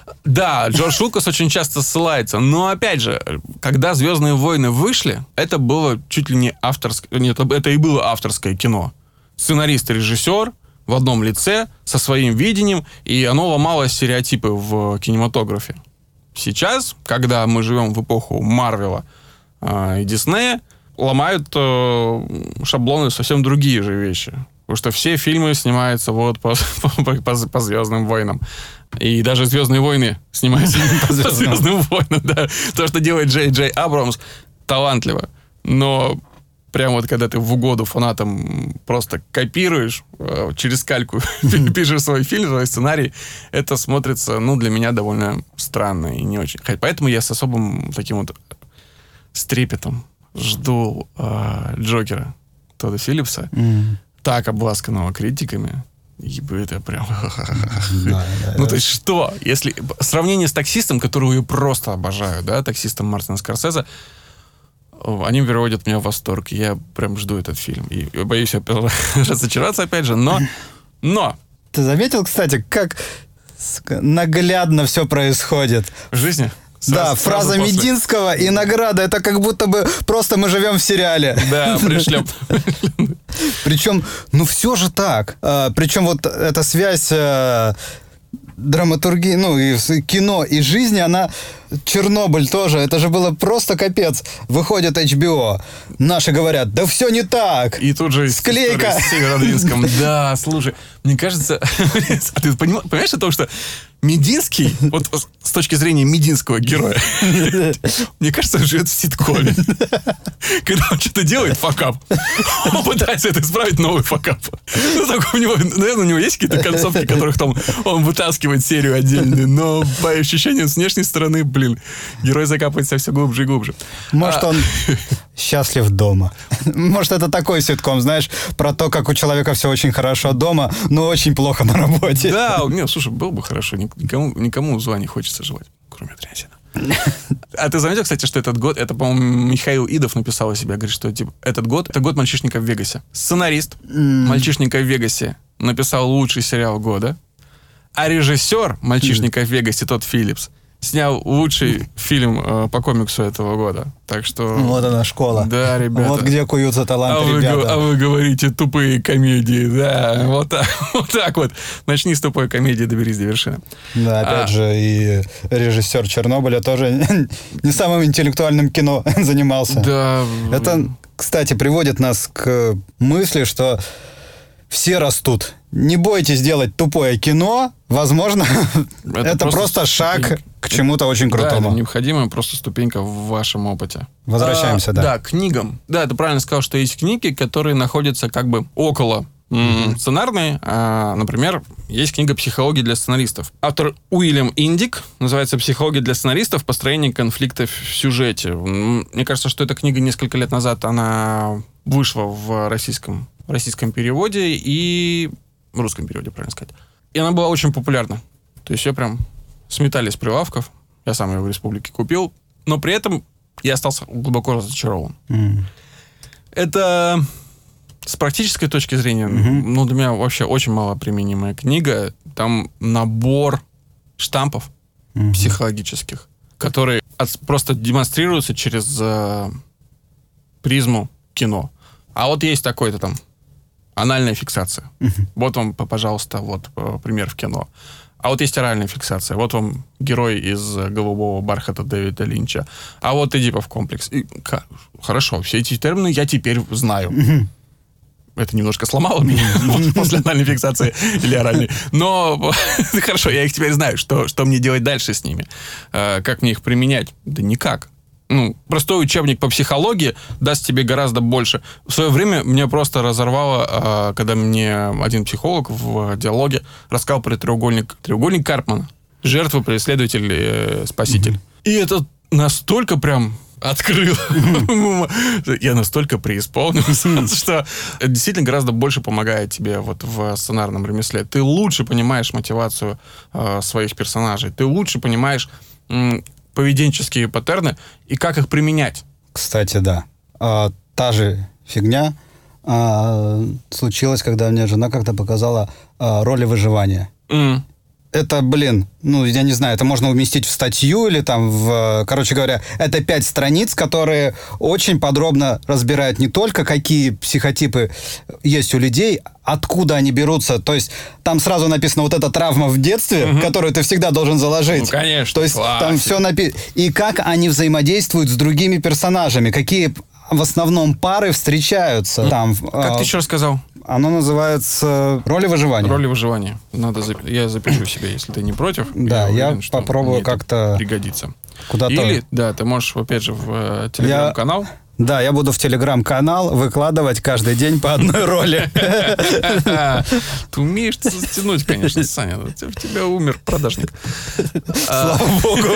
S1: Да, Джордж Лукас очень часто ссылается. Но, опять же, когда «Звездные войны» вышли, это было чуть ли не авторское... Нет, это и было авторское кино. Сценарист и режиссер в одном лице, со своим видением, и оно ломало стереотипы в кинематографе. Сейчас, когда мы живем в эпоху Марвела э, и Диснея, ломают э, шаблоны совсем другие же вещи. Потому что все фильмы снимаются вот по, по, по, по «Звездным войнам». И даже «Звездные войны» снимаются по «Звездным войнам». Да. То, что делает Джей Джей Абрамс, талантливо. Но прям вот когда ты в угоду фанатам просто копируешь, э, через кальку пишешь свой фильм, свой сценарий, это смотрится, ну, для меня довольно странно и не очень. Поэтому я с особым таким вот с трепетом жду э, Джокера Тодда Филлипса. Mm. Так обласканного критиками. Ебы, это прям...
S2: Да, да,
S1: ну,
S2: да.
S1: то есть что? Если сравнение с «Таксистом», которого я просто обожаю, да, «Таксистом» Мартина Скорсезе, они переводят меня в восторг. Я прям жду этот фильм. И боюсь разочароваться опять же, но... Но!
S2: Ты заметил, кстати, как наглядно все происходит?
S1: В жизни?
S2: Да,
S1: Сразу
S2: фраза
S1: после.
S2: Мединского и награда, это как будто бы просто мы живем в сериале.
S1: Да, пришлем.
S2: Причем, ну все же так. А, причем вот эта связь а, драматургии, ну и с- кино и жизни, она... Чернобыль тоже, это же было просто капец. Выходит эйч би о, наши говорят, да все не так.
S1: И тут же
S2: Склейка.
S1: история с Северодвинском. Да, слушай, мне кажется... А ты понима- понимаешь о том, что Мединский, вот с точки зрения мединского героя, мне кажется, он живет в ситкоме. Когда он что-то делает, факап, он пытается это исправить, новый факап. Ну, так у него, наверное, у него есть какие-то концовки, которых там он вытаскивает серию отдельную, но по ощущениям с внешней стороны, блин, герой закапывается все глубже и глубже.
S2: Может,
S1: А,
S2: он счастлив дома. Может, это такой ситком, знаешь, про то, как у человека все очень хорошо дома, но очень плохо на работе.
S1: Да, нет, слушай, было бы хорошо. Никому, никому зла не хочется желать, кроме Трясина. А ты заметил, кстати, что этот год, это, по-моему, Михаил Идов написал о себе, говорит, что типа, этот год, это год «Мальчишника в Вегасе». Сценарист «Мальчишника в Вегасе» написал лучший сериал года, а режиссер «Мальчишника в Вегасе», тот Филлипс, снял лучший фильм э, по комиксу этого года. Так что...
S2: Вот она, школа.
S1: Да, ребята.
S2: Вот где куются
S1: А
S2: таланты
S1: вы,
S2: ребята.
S1: го- а вы говорите тупые комедии, да, вот так, вот так вот. Начни с тупой комедии, доберись до вершины.
S2: Да, опять
S1: А.
S2: же, и режиссер Чернобыля тоже не самым интеллектуальным кино занимался.
S1: Да.
S2: Это, кстати, приводит нас к мысли, что все растут. Не бойтесь делать тупое кино. Возможно, это,
S1: Это
S2: просто,
S1: просто
S2: шаг
S1: ступенька.
S2: к чему-то очень
S1: Да, это
S2: крутому.
S1: необходимая просто ступенька в вашем опыте.
S2: Возвращаемся,
S1: А,
S2: да.
S1: Да, к книгам. Да, ты правильно сказал, что есть книги, которые находятся как бы около м, сценарной. А, например, есть книга «Психология для сценаристов». Автор Уильям Индик, называется «Психология для сценаристов. Построение конфликтов в сюжете». М, Мне кажется, что эта книга несколько лет назад, она вышла в российском, в российском переводе и в русском переводе, правильно сказать. И она была очень популярна. То есть ее прям сметали с прилавков. Я сам ее в республике купил. Но при этом я остался глубоко разочарован.
S2: М.
S1: Это с практической точки зрения, ну, для меня вообще очень малоприменимая книга. Там набор штампов
S2: Мгм.
S1: психологических, которые от- просто демонстрируются через э, призму кино. А вот есть такой-то там анальная фиксация. Вот вам, п- пожалуйста, вот э, пример в кино. А вот есть оральная фиксация. Вот вам герой из э, «Голубого бархата» Дэвида Линча. А вот Эдипов комплекс. И, ка- хорошо, все эти термины я теперь знаю. Это немножко сломало меня вот после анальной фиксации или оральной. Но хорошо, я их теперь знаю. Что, что мне делать дальше с ними? Э, как мне их применять? Да никак. Ну, простой учебник по психологии даст тебе гораздо больше. В свое время меня просто разорвало, э, когда мне один психолог в диалоге рассказал про треугольник, треугольник Карпмана. Жертва, преследователь, э, спаситель. И это настолько прям открыл. Я настолько преисполнился, что это действительно гораздо больше помогает тебе вот в сценарном ремесле. Ты лучше понимаешь мотивацию э, своих персонажей. Ты лучше понимаешь м, поведенческие паттерны и как их применять.
S2: Кстати, да. А, та же фигня а, случилась, когда мне жена как-то показала а, роли выживания.
S1: М.
S2: Это, блин, ну, я не знаю, это можно уместить в статью или там в... Короче говоря, это пять страниц, которые очень подробно разбирают не только, какие психотипы есть у людей, откуда они берутся. То есть там сразу написано вот эта травма в детстве,
S1: Мгм.
S2: которую ты всегда должен заложить.
S1: Ну, конечно,
S2: То есть там
S1: классика.
S2: все написано. И как они взаимодействуют с другими персонажами, какие в основном пары встречаются. Там,
S1: Как
S2: а,
S1: ты еще рассказал?
S2: Оно называется «Роли выживания».
S1: Роли выживания. Надо зап- Я запишу себе, если ты не против.
S2: Да, я
S1: уверен, что
S2: попробую
S1: мне это
S2: как-то
S1: пригодится.
S2: Куда-то...
S1: Или, да, ты можешь, опять же, в э, телеграм-канал.
S2: Да, я буду в телеграм-канал выкладывать каждый день по одной роли.
S1: Ты умеешь затянуть, конечно, Саня. В тебя умер продажник.
S2: Слава богу.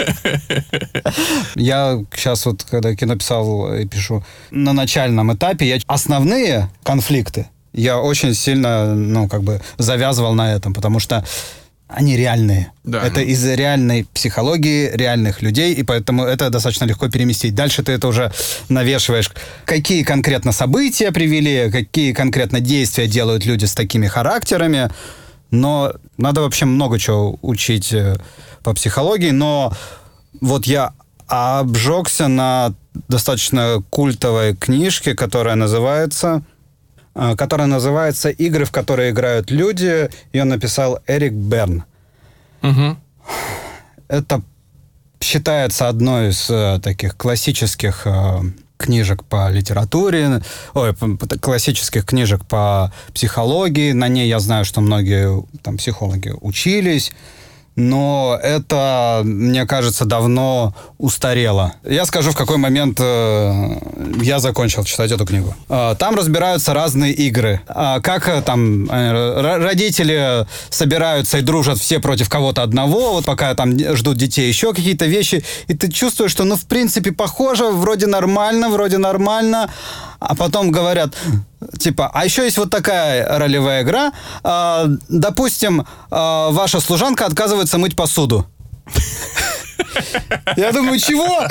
S2: Я сейчас вот, когда кино писал и пишу, на начальном этапе я основные конфликты я очень сильно, ну, как бы завязывал на этом, потому что они реальные.
S1: Да,
S2: это
S1: ну.
S2: из реальной психологии реальных людей, и поэтому это достаточно легко переместить. Дальше ты это уже навешиваешь. Какие конкретно события привели, какие конкретно действия делают люди с такими характерами. Но надо вообще много чего учить э, по психологии, но вот я обжегся на достаточно культовой книжке, которая называется, которая называется «Игры, в которые играют люди». Ее написал Эрик Берн.
S1: Угу.
S2: Это считается одной из э, таких классических э, книжек по литературе, ой, классических книжек по психологии. На ней я знаю, что многие там психологи учились. Но это, мне кажется, давно устарело. Я скажу, в какой момент э, я закончил читать эту книгу. Э, там разбираются разные игры. Э, как э, там э, родители собираются и дружат все против кого-то одного, вот пока там ждут детей, еще какие-то вещи. И ты чувствуешь, что, ну, в принципе, похоже, вроде нормально, вроде нормально. А потом говорят, типа, а еще есть вот такая ролевая игра. Э, допустим, э, ваша служанка отказывается мыть посуду. Я думаю, чего?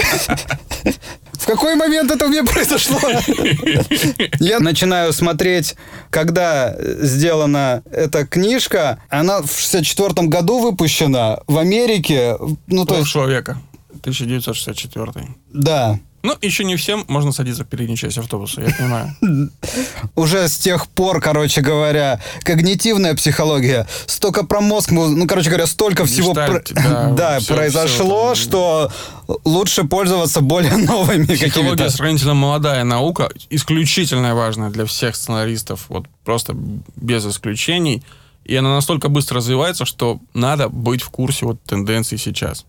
S2: В какой момент это у меня произошло? Я начинаю смотреть, когда сделана эта книжка. Она в шестьдесят четвёртом году выпущена в Америке. Ну, то есть...
S1: прошлого века. тысяча девятьсот шестьдесят четвёртый.
S2: Да.
S1: Ну, еще не всем можно садиться в переднюю часть автобуса, я понимаю.
S2: Уже с тех пор, короче говоря, когнитивная психология, столько про мозг, ну, короче говоря, столько всего
S1: Гештальт,
S2: про...
S1: да,
S2: да,
S1: все,
S2: произошло,
S1: все
S2: что лучше пользоваться более новыми какими-то...
S1: Психология сравнительно молодая наука, исключительно важная для всех сценаристов, вот просто без исключений. И она настолько быстро развивается, что надо быть в курсе вот тенденций сейчас.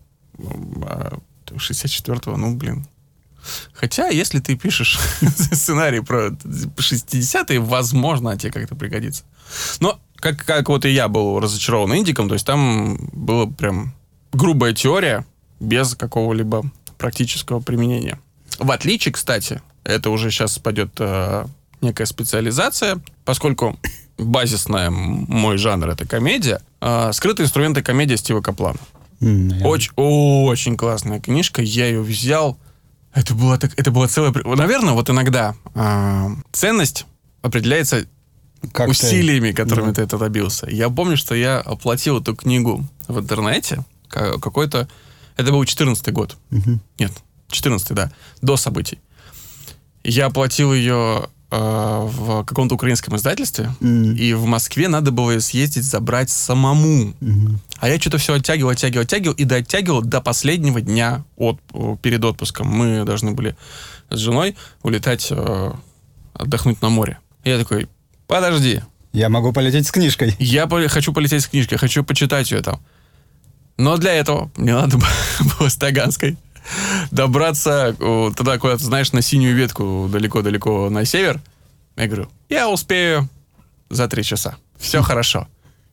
S1: шестьдесят четвёртого, ну, блин. Хотя, если ты пишешь сценарий про шестидесятые, возможно, тебе как-то пригодится. Но, как, как вот и я был разочарован индиком, то есть там была прям грубая теория без какого-либо практического применения. В отличие, кстати, это уже сейчас пойдет э, некая специализация, поскольку базисная мой жанр — это комедия, э, «Скрытые инструменты комедии» Стива Каплана. Mm, очень, очень классная книжка, я ее взял. Это была, так, это была целая... Наверное, вот иногда э, ценность определяется как усилиями, ты... которыми mm. ты это добился. Я помню, что я оплатил эту книгу в интернете. Какой-то... Это был четырнадцатый год. Mm-hmm. Нет, четырнадцатый, да. До событий. Я оплатил ее э, в каком-то украинском издательстве. Mm. И в Москве надо было съездить, забрать самому. Mm-hmm. А я что-то все оттягивал, оттягивал, оттягивал и дотягивал до последнего дня от, перед отпуском. Мы должны были с женой улетать э, отдохнуть на море. И я такой, подожди.
S2: Я могу полететь с книжкой.
S1: Я по- хочу полететь с книжкой, хочу почитать ее там. Но для этого мне надо было с Таганской добраться туда, куда ты знаешь, на синюю ветку далеко-далеко на север. Я говорю, я успею за три часа. Все хорошо.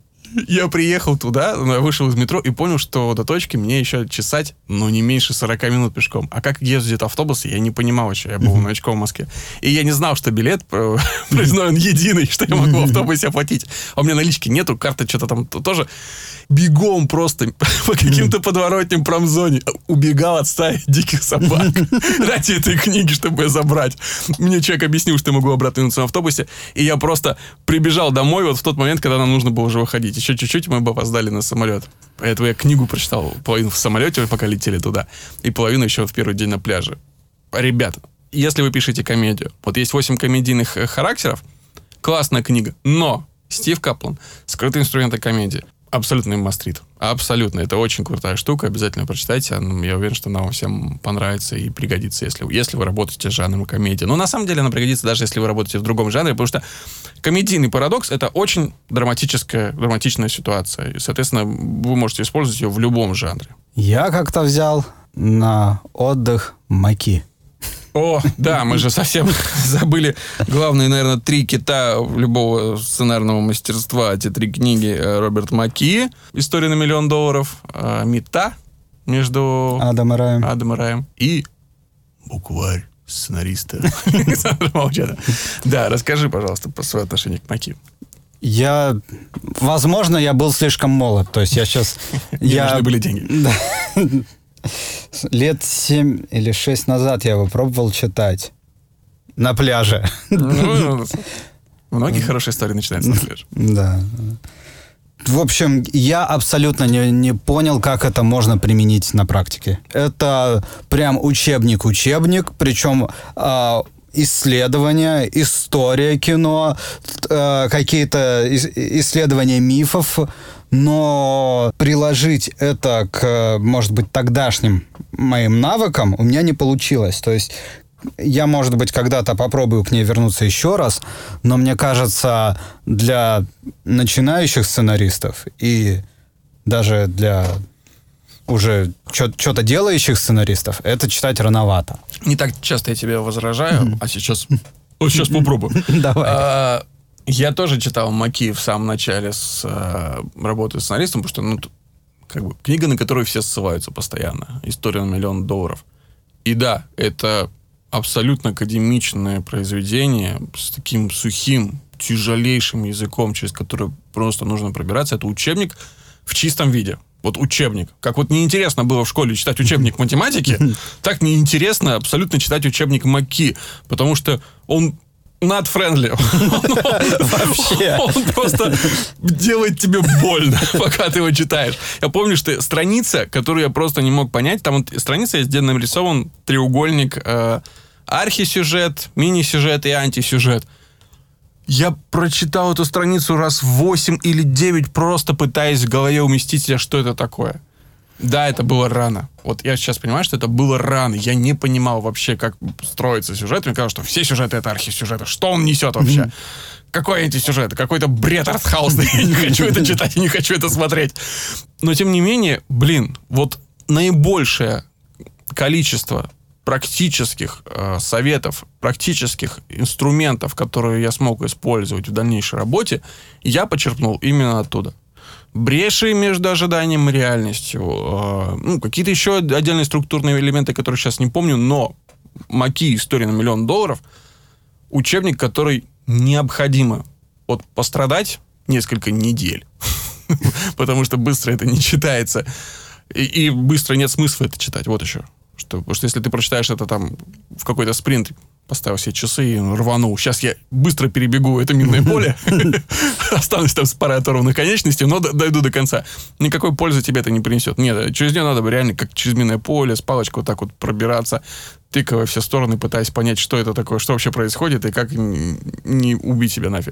S1: Я приехал туда, вышел из метро и понял, что до точки мне еще чесать, ну, не меньше сорок минут пешком. А как ездят автобусы, я не понимал еще. Я был mm-hmm. новичком в Москве. И я не знал, что билет проездной он единый, что я могу в автобусе оплатить. А у меня налички нету, карта что-то там тоже. Бегом просто по каким-то подворотням промзоне убегал от стаи диких собак ради этой книги, чтобы ее забрать. Мне человек объяснил, что я могу обратно вернуться на автобусе. И я просто прибежал домой вот в тот момент, когда нам нужно было уже выходить. Еще чуть-чуть, мы бы опоздали на самолет. Поэтому я книгу прочитал половину в самолете, пока летели туда, и половину еще в первый день на пляже. Ребята, если вы пишете комедию, вот есть восемь комедийных характеров, классная книга, но Стив Каплан, «Скрытые инструменты комедии», абсолютно мастрит. Абсолютно. Это очень крутая штука. Обязательно прочитайте. Я уверен, что она вам всем понравится и пригодится, если, если вы работаете с жанром комедии. Но на самом деле она пригодится даже если вы работаете в другом жанре, потому что комедийный парадокс — это очень драматическая, драматичная ситуация. И, соответственно, вы можете использовать ее в любом жанре.
S2: Я как-то взял на отдых Маки.
S1: О, да, мы же совсем забыли главные, наверное, три кита любого сценарного мастерства. Эти три книги: Роберт Маки, «История на миллион долларов», «Мета» между
S2: Адамом и Раем.
S1: Адамом и Раем и «Букварь сценариста» Александра Молчана. Да, расскажи, пожалуйста, про свое отношение к Маки.
S2: Я... Возможно, я был слишком молод. То есть я сейчас...
S1: Мне нужны были деньги.
S2: Лет семь или шесть назад я его пробовал читать. На пляже.
S1: Ну, многие хорошие истории начинаются на пляже.
S2: Да. В общем, я абсолютно не, не понял, как это можно применить на практике. Это прям учебник-учебник, причем э, исследования, история кино, э, какие-то ис- исследования мифов, но приложить это к, может быть, тогдашним моим навыкам у меня не получилось. То есть я, может быть, когда-то попробую к ней вернуться еще раз, но мне кажется, для начинающих сценаристов и даже для уже что-то делающих сценаристов это читать рановато.
S1: Не так часто я тебе возражаю, mm-hmm. а сейчас... Вот сейчас попробую.
S2: Давай.
S1: Я тоже читал Маки в самом начале с работы сценаристом, потому что, ну, как бы, книга, на которую все ссылаются постоянно. «История на миллион долларов». И да, это абсолютно академичное произведение с таким сухим, тяжелейшим языком, через который просто нужно пробираться. Это учебник в чистом виде. Вот учебник. Как вот неинтересно было в школе читать учебник математики, так неинтересно абсолютно читать учебник Маки, потому что он not friendly. Вообще. Он просто делает тебе больно, пока ты его читаешь. Я помню, что страница, которую я просто не мог понять, там вот страница есть, где нарисован треугольник э, архисюжет, мини-сюжет и антисюжет. Я прочитал эту страницу раз восемь или девять, просто пытаясь в голове уместить себе, что это такое. Да, это было рано. Вот я сейчас понимаю, что это было рано. Я не понимал вообще, как строится сюжет. Мне казалось, что все сюжеты — это архисюжеты. Что он несет вообще? Mm-hmm. Какой антисюжет? Какой-то бред артхаусный. Я не хочу это читать, я не хочу это смотреть. Но, тем не менее, блин, вот наибольшее количество практических э, советов, практических инструментов, которые я смог использовать в дальнейшей работе, я почерпнул именно оттуда. Бреши между ожиданием и реальностью, э, ну, какие-то еще отдельные структурные элементы, которые сейчас не помню, но Маки «История на миллион долларов» — учебник, который необходимо вот пострадать несколько недель, потому что быстро это не читается, и быстро нет смысла это читать, вот еще. Что, потому что если ты прочитаешь это там в какой-то спринт, поставил себе часы и рванул, сейчас я быстро перебегу это минное поле, останусь там с парой оторванных конечностей, но дойду до конца. Никакой пользы тебе это не принесет. Нет, через нее надо реально как через минное поле, с палочкой вот так вот пробираться, тыкая во все стороны, пытаясь понять, что это такое, что вообще происходит и как не убить себя нафиг.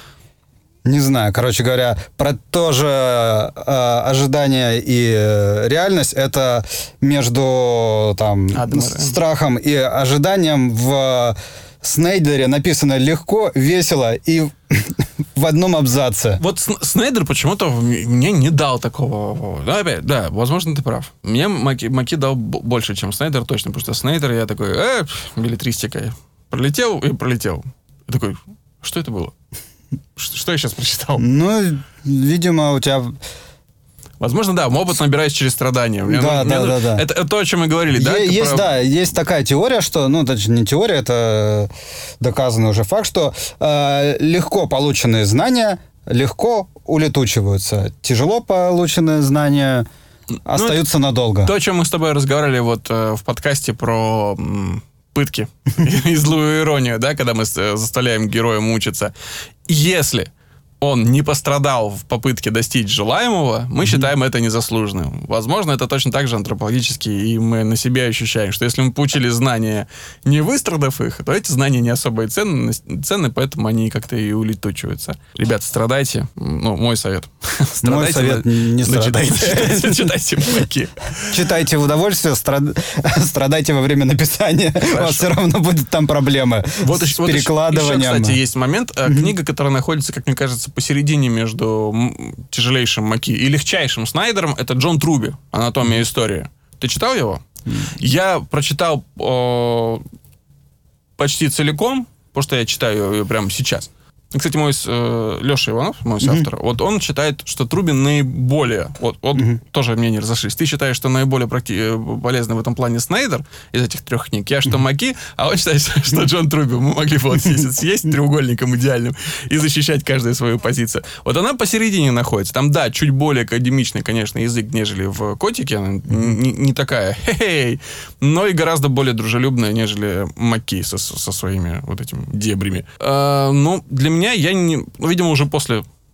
S2: Не знаю, короче говоря, про то же э, ожидание и э, реальность, это между там, страхом и ожиданием в Снейдере написано легко, весело и в одном абзаце.
S1: Вот Снейдер почему-то мне не дал такого. Да, опять, да, возможно, ты прав. Мне Маки, Маки дал больше, чем Снейдер, точно, потому что Снейдер, я такой, э, билетристика. Пролетел и пролетел. Я такой, что это было? Что я сейчас прочитал?
S2: Ну, видимо, у тебя...
S1: Возможно, да, опыт набираюсь через страдания. Мне,
S2: да,
S1: мне,
S2: да,
S1: мне,
S2: да, да.
S1: Это, это то, о чем мы говорили,
S2: е-
S1: да?
S2: Есть,
S1: про...
S2: да, есть такая теория, что, ну, точнее, не теория, это доказанный уже факт, что э, легко полученные знания легко улетучиваются. Тяжело полученные знания остаются ну, надолго.
S1: То, о чем мы с тобой разговаривали вот э, в подкасте про... М- пытки и злую иронию, да, когда мы заставляем героя мучиться. Если он не пострадал в попытке достичь желаемого, мы mm-hmm. считаем это незаслуженным. Возможно, это точно так же антропологически, и мы на себе ощущаем, что если мы получили знания, не выстрадав их, то эти знания не особо и ценны, ценны, поэтому они как-то и улетучиваются. Ребята, страдайте. Ну, мой совет.
S2: Мой совет, не страдайте.
S1: Читайте Маки.
S2: Читайте в удовольствие, страдайте во время написания. У вас все равно будут там проблемы с перекладыванием.
S1: Еще, кстати, есть момент. Книга, которая находится, как мне кажется, посередине между тяжелейшим Маки и легчайшим Снайдером, это Джон Труби «Анатомия истории». Ты читал его? Mm. Я прочитал о, почти целиком, потому что я читаю ее прямо сейчас. Кстати, мой э, Леша Иванов, мой соавтор, mm-hmm. вот он считает, что Труби наиболее... Вот, вот mm-hmm. тоже мнения разошлись. Ты считаешь, что наиболее практи- полезный в этом плане Снайдер из этих трех книг. Я, что mm-hmm. Маки, а он считает, что Джон Труби. Мы могли бы вот съесть, съесть треугольником идеальным и защищать каждую свою позицию. Вот она посередине находится. Там, да, чуть более академичный, конечно, язык, нежели в Котике. Она mm-hmm. не, не такая хе-хей, но и гораздо более дружелюбная, нежели Маки со, со своими вот этими дебрями. А, ну, для меня я не... Видимо, уже после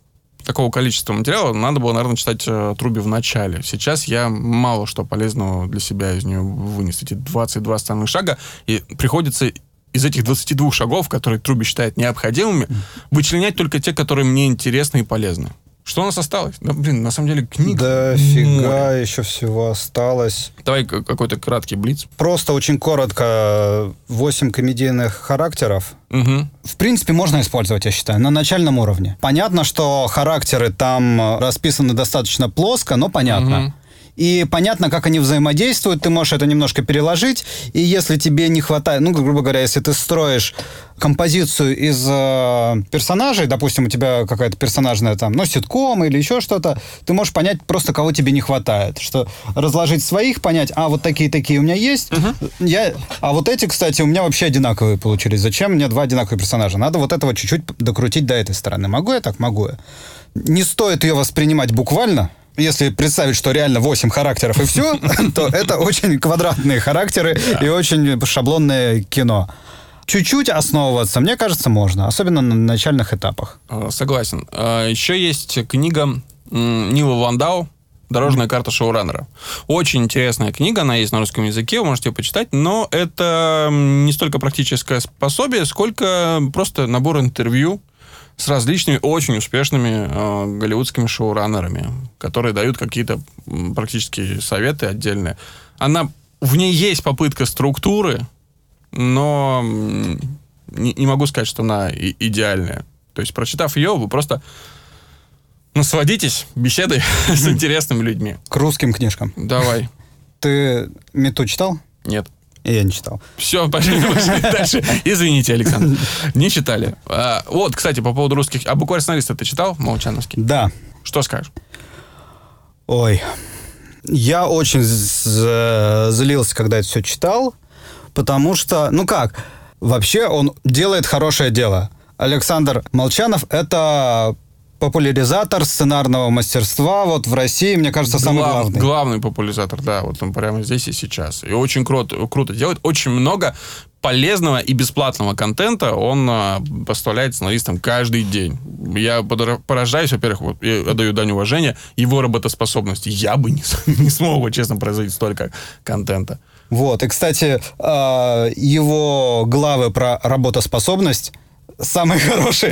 S1: такого количества материала, надо было, наверное, читать э, Труби в начале. Сейчас я мало что полезного для себя из нее вынес. Эти двадцать два основных шага, и приходится из этих двадцати двух шагов, которые Труби считает необходимыми, вычленять только те, которые мне интересны и полезны. Что у нас осталось? Да, блин, на самом деле книга...
S2: Да фига еще всего осталось.
S1: Давай какой-то краткий блиц.
S2: Просто очень коротко. Восемь комедийных характеров.
S1: Угу.
S2: В принципе, можно использовать, я считаю, на начальном уровне. Понятно, что характеры там расписаны достаточно плоско, но понятно. Угу. И понятно, как они взаимодействуют, ты можешь это немножко переложить, и если тебе не хватает, ну, грубо говоря, если ты строишь композицию из э, персонажей, допустим, у тебя какая-то персонажная там, ну, ситком или еще что-то, ты можешь понять просто, кого тебе не хватает, что разложить своих, понять, а, вот такие-такие у меня есть, uh-huh. я, а вот эти, кстати, у меня вообще одинаковые получились, зачем мне два одинаковых персонажа? Надо вот этого чуть-чуть докрутить до этой стороны. Могу я так? Могу я. Не стоит ее воспринимать буквально. Если представить, что реально восемь характеров и все, то это очень квадратные характеры и очень шаблонное кино. Чуть-чуть основываться, мне кажется, можно, особенно на начальных этапах.
S1: Согласен. Еще есть книга Нила Ландау «Дорожная карта шоураннера». Очень интересная книга, она есть на русском языке, вы можете ее почитать, но это не столько практическое пособие, сколько просто набор интервью с различными очень успешными э, голливудскими шоураннерами, которые дают какие-то практические советы отдельные. Она, в ней есть попытка структуры, но не, не могу сказать, что она и, идеальная. То есть, прочитав ее, вы просто насладитесь беседой с интересными людьми.
S2: К русским книжкам.
S1: Давай.
S2: Ты «Мету» читал?
S1: Нет.
S2: Я не читал.
S1: Все, пошли, пошли дальше. Извините, Александр. Не читали. А, вот, кстати, по поводу русских... А букварь сценариста ты читал, Молчановский?
S2: Да.
S1: Что скажешь?
S2: Ой. Я очень злился, когда это все читал, потому что, ну как, вообще он делает хорошее дело. Александр Молчанов — это популяризатор сценарного мастерства вот в России, мне кажется, самый
S1: Глав,
S2: главный.
S1: Главный популяризатор, да, вот он прямо здесь и сейчас. И очень круто, круто делает. Очень много полезного и бесплатного контента он а, поставляет сценаристам каждый день. Я поражаюсь, во-первых, вот, я отдаю дань уважения его работоспособности. Я бы не, не смог, вот, честно, производить столько контента.
S2: Вот, и, кстати, его главы про работоспособность самые хорошие.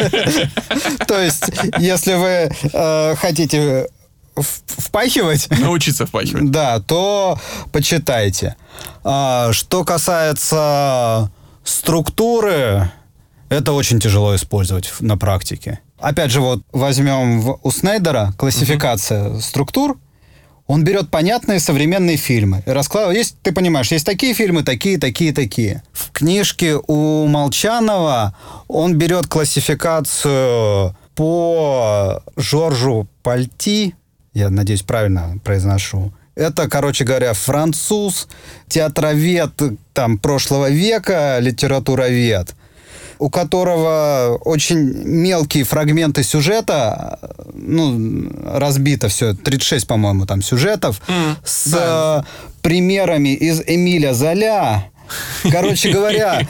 S2: То есть, если вы э, хотите впахивать...
S1: Научиться впахивать.
S2: Да, то почитайте. А, что касается структуры, это очень тяжело использовать на практике. Опять же, вот возьмем в, у Снейдера классификация uh-huh. структур. Он берет понятные современные фильмы и раскладывает. Есть, ты понимаешь, есть такие фильмы, такие, такие, такие. В книжке у Молчанова он берет классификацию по Жоржу Пальти. Я надеюсь, правильно произношу. Это, короче говоря, француз, театровед там, прошлого века, литературовед, у которого очень мелкие фрагменты сюжета, ну, разбито все, тридцать шесть, по-моему, там сюжетов, mm, с да. примерами из Эмиля Золя. Короче говоря,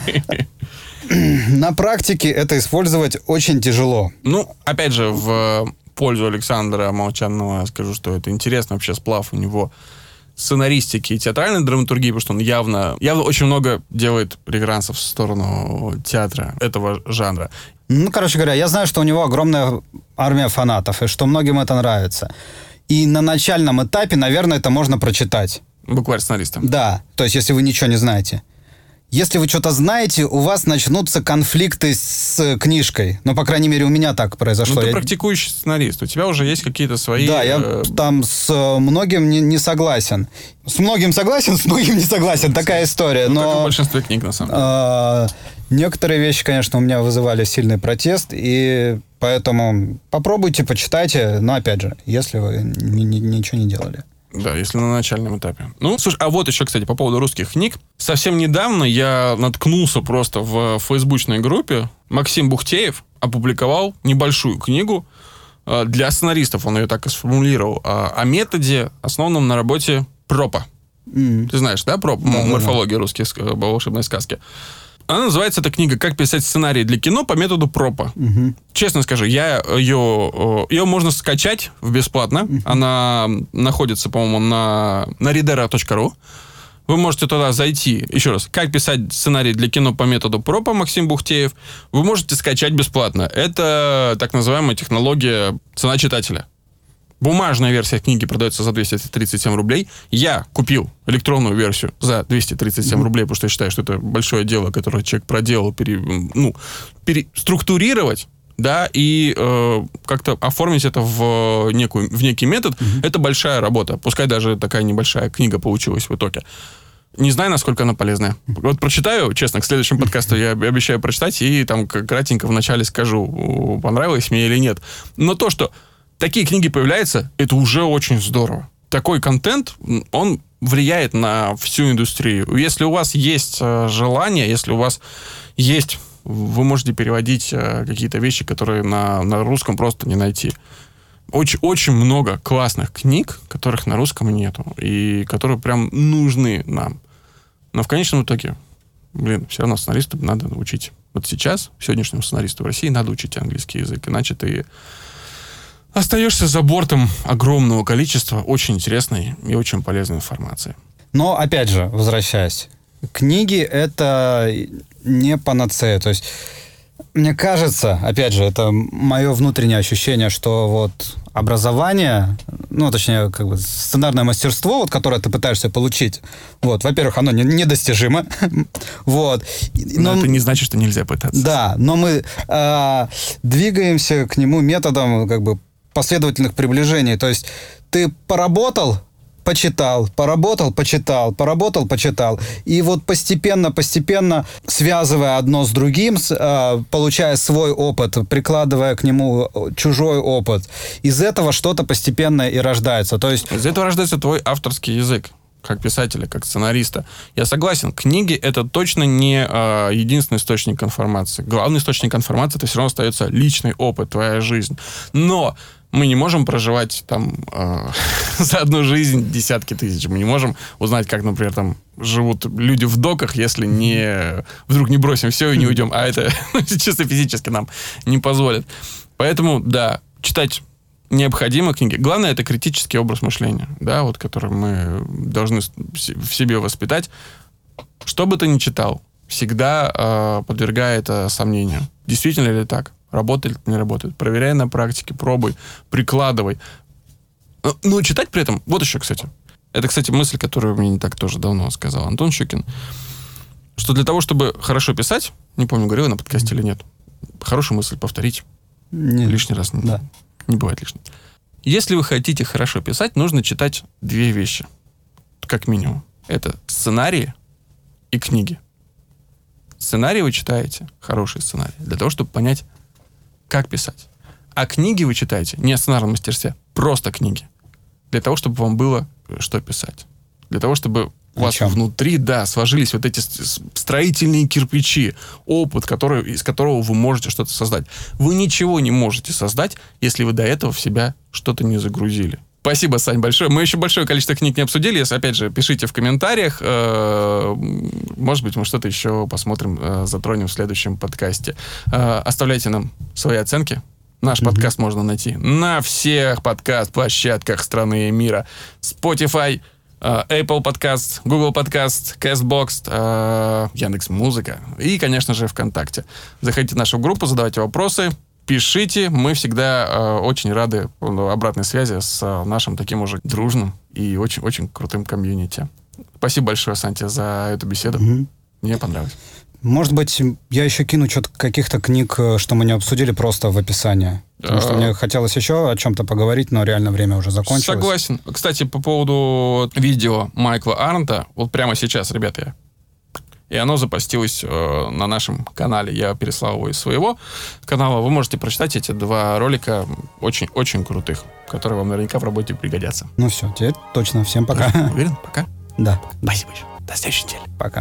S2: на практике это использовать очень тяжело.
S1: Ну, опять же, в пользу Александра Молчанова скажу, что это интересный вообще сплав у него сценаристики и театральной драматургии, потому что он явно, явно очень много делает реверансов в сторону театра этого жанра.
S2: Ну, короче говоря, я знаю, что у него огромная армия фанатов, и что многим это нравится. И на начальном этапе, наверное, это можно прочитать.
S1: Букварь сценариста.
S2: Да, то есть если вы ничего не знаете. Если вы что-то знаете, у вас начнутся конфликты с книжкой. Ну, по крайней мере, у меня так произошло.
S1: Ну, ты
S2: я...
S1: практикующий сценарист. У тебя уже есть какие-то свои...
S2: Да, я
S1: э...
S2: там с многим не, не согласен. С многим согласен, с многим не согласен. Такая история.
S1: Ну,
S2: но...
S1: как и в большинстве книг, на самом деле.
S2: А, некоторые вещи, конечно, у меня вызывали сильный протест, и поэтому попробуйте, почитайте. Но, опять же, если вы ни, ни, ничего не делали.
S1: Да, если на начальном этапе. Ну, слушай, а вот еще, кстати, по поводу русских книг. Совсем недавно я наткнулся просто в фейсбучной группе. Максим Бухтеев опубликовал небольшую книгу для сценаристов, он ее так и сформулировал, о методе, основанном на работе Пропа. Mm. Ты знаешь, да, Проп? Да, морфология да, да. русских волшебной сказки. Она называется, эта книга «Как писать сценарий для кино по методу пропа».
S2: Угу.
S1: Честно скажу, я ее, ее можно скачать бесплатно. Uh-huh. Она находится, по-моему, на, на readera точка ру. Вы можете туда зайти. Еще раз, «Как писать сценарий для кино по методу пропа» Максим Бухтеев. Вы можете скачать бесплатно. Это так называемая технология цена читателя. Бумажная версия книги продается за двести тридцать семь рублей. Я купил электронную версию за двести тридцать семь рублей, потому что я считаю, что это большое дело, которое человек проделал, пере, ну, переструктурировать, да, и э, как-то оформить это в, некую, в некий метод. Mm-hmm. Это большая работа. Пускай даже такая небольшая книга получилась в итоге. Не знаю, насколько она полезная. Вот прочитаю, честно, к следующему подкасту я обещаю прочитать, и там кратенько вначале скажу, понравилось мне или нет. Но то, что такие книги появляются, это уже очень здорово. Такой контент, он влияет на всю индустрию. Если у вас есть желание, если у вас есть... Вы можете переводить какие-то вещи, которые на, на русском просто не найти. Очень, очень много классных книг, которых на русском нету, и которые прям нужны нам. Но в конечном итоге, блин, все равно сценаристу надо учить. Вот сейчас, сегодняшнему сценаристу в России надо учить английский язык, иначе ты... остаешься за бортом огромного количества очень интересной и очень полезной информации.
S2: Но, опять же, возвращаясь, книги — это не панацея. То есть, мне кажется, опять же, это мое внутреннее ощущение, что вот образование, ну, точнее, как бы сценарное мастерство, вот, которое ты пытаешься получить, вот, во-первых, оно не, недостижимо, вот.
S1: Но, но это не значит, что нельзя пытаться.
S2: Да, но мы э, двигаемся к нему методом, как бы, последовательных приближений. То есть ты поработал, почитал, поработал, почитал, поработал, почитал. И вот постепенно-постепенно, связывая одно с другим, э, получая свой опыт, прикладывая к нему чужой опыт, из этого что-то постепенно и рождается. То есть...
S1: Из этого рождается твой авторский язык, как писателя, как сценариста. Я согласен, книги — это точно не э, единственный источник информации. Главный источник информации — это все равно остается личный опыт, твоя жизнь. Но мы не можем проживать там э, за одну жизнь десятки тысяч. Мы не можем узнать, как, например, там живут люди в доках, если не вдруг не бросим все и не уйдем. А это чисто физически нам не позволит. Поэтому, да, читать необходимы книги. Главное — это критический образ мышления, да, вот, который мы должны в себе воспитать. Что бы ты ни читал, всегда э, подвергай это сомнению. Действительно ли так? Работает или не работает? Проверяй на практике, пробуй, прикладывай. Но, но читать при этом... Вот еще, кстати. Это, кстати, мысль, которую мне не так тоже давно сказал Антон Щукин. Что для того, чтобы хорошо писать, не помню, говорил я на подкасте mm-hmm. или нет, хорошую мысль повторить нет. лишний раз.
S2: Да.
S1: Не бывает лишним. Если вы хотите хорошо писать, нужно читать две вещи. Как минимум. Это сценарии и книги. Сценарии вы читаете, хороший сценарий, для того, чтобы понять, как писать. А книги вы читаете не о сценарном мастерстве, просто книги. Для того, чтобы вам было что писать. Для того, чтобы у вас внутри, да, сложились вот эти строительные кирпичи, опыт, который, из которого вы можете что-то создать. Вы ничего не можете создать, если вы до этого в себя что-то не загрузили. Спасибо, Сань, большое. Мы еще большое количество книг не обсудили. Если, опять же, пишите в комментариях. Может быть, мы что-то еще посмотрим, затронем в следующем подкасте. Оставляйте нам свои оценки. Наш mm-hmm. подкаст можно найти на всех подкаст-площадках страны и мира. Spotify, Apple Podcast, Google Podcast, CastBox, Яндекс.Музыка и, конечно же, ВКонтакте. Заходите в нашу группу, задавайте вопросы, пишите. Мы всегда э, очень рады обратной связи с э, нашим таким уже дружным и очень-очень крутым комьюнити. Спасибо большое, Санти, за эту беседу. Mm-hmm. Мне понравилось.
S2: Может быть, я еще кину что-то каких-то книг, что мы не обсудили, просто в описании. Потому что мне хотелось еще о чем-то поговорить, но реально время уже закончилось.
S1: Согласен. Кстати, по поводу видео Майкла Арнта, вот прямо сейчас, ребята, я... И оно запостилось э, на нашем канале. Я переслал его из своего канала. Вы можете прочитать эти два ролика очень-очень крутых, которые вам наверняка в работе пригодятся.
S2: Ну все, теперь точно. Всем пока.
S1: Уверен? Пока?
S2: Да.
S1: Спасибо еще. До следующей недели.
S2: Пока.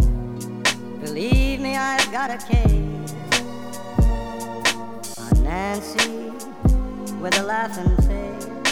S3: Believe me, I've got a case. I never can't see where the laughing face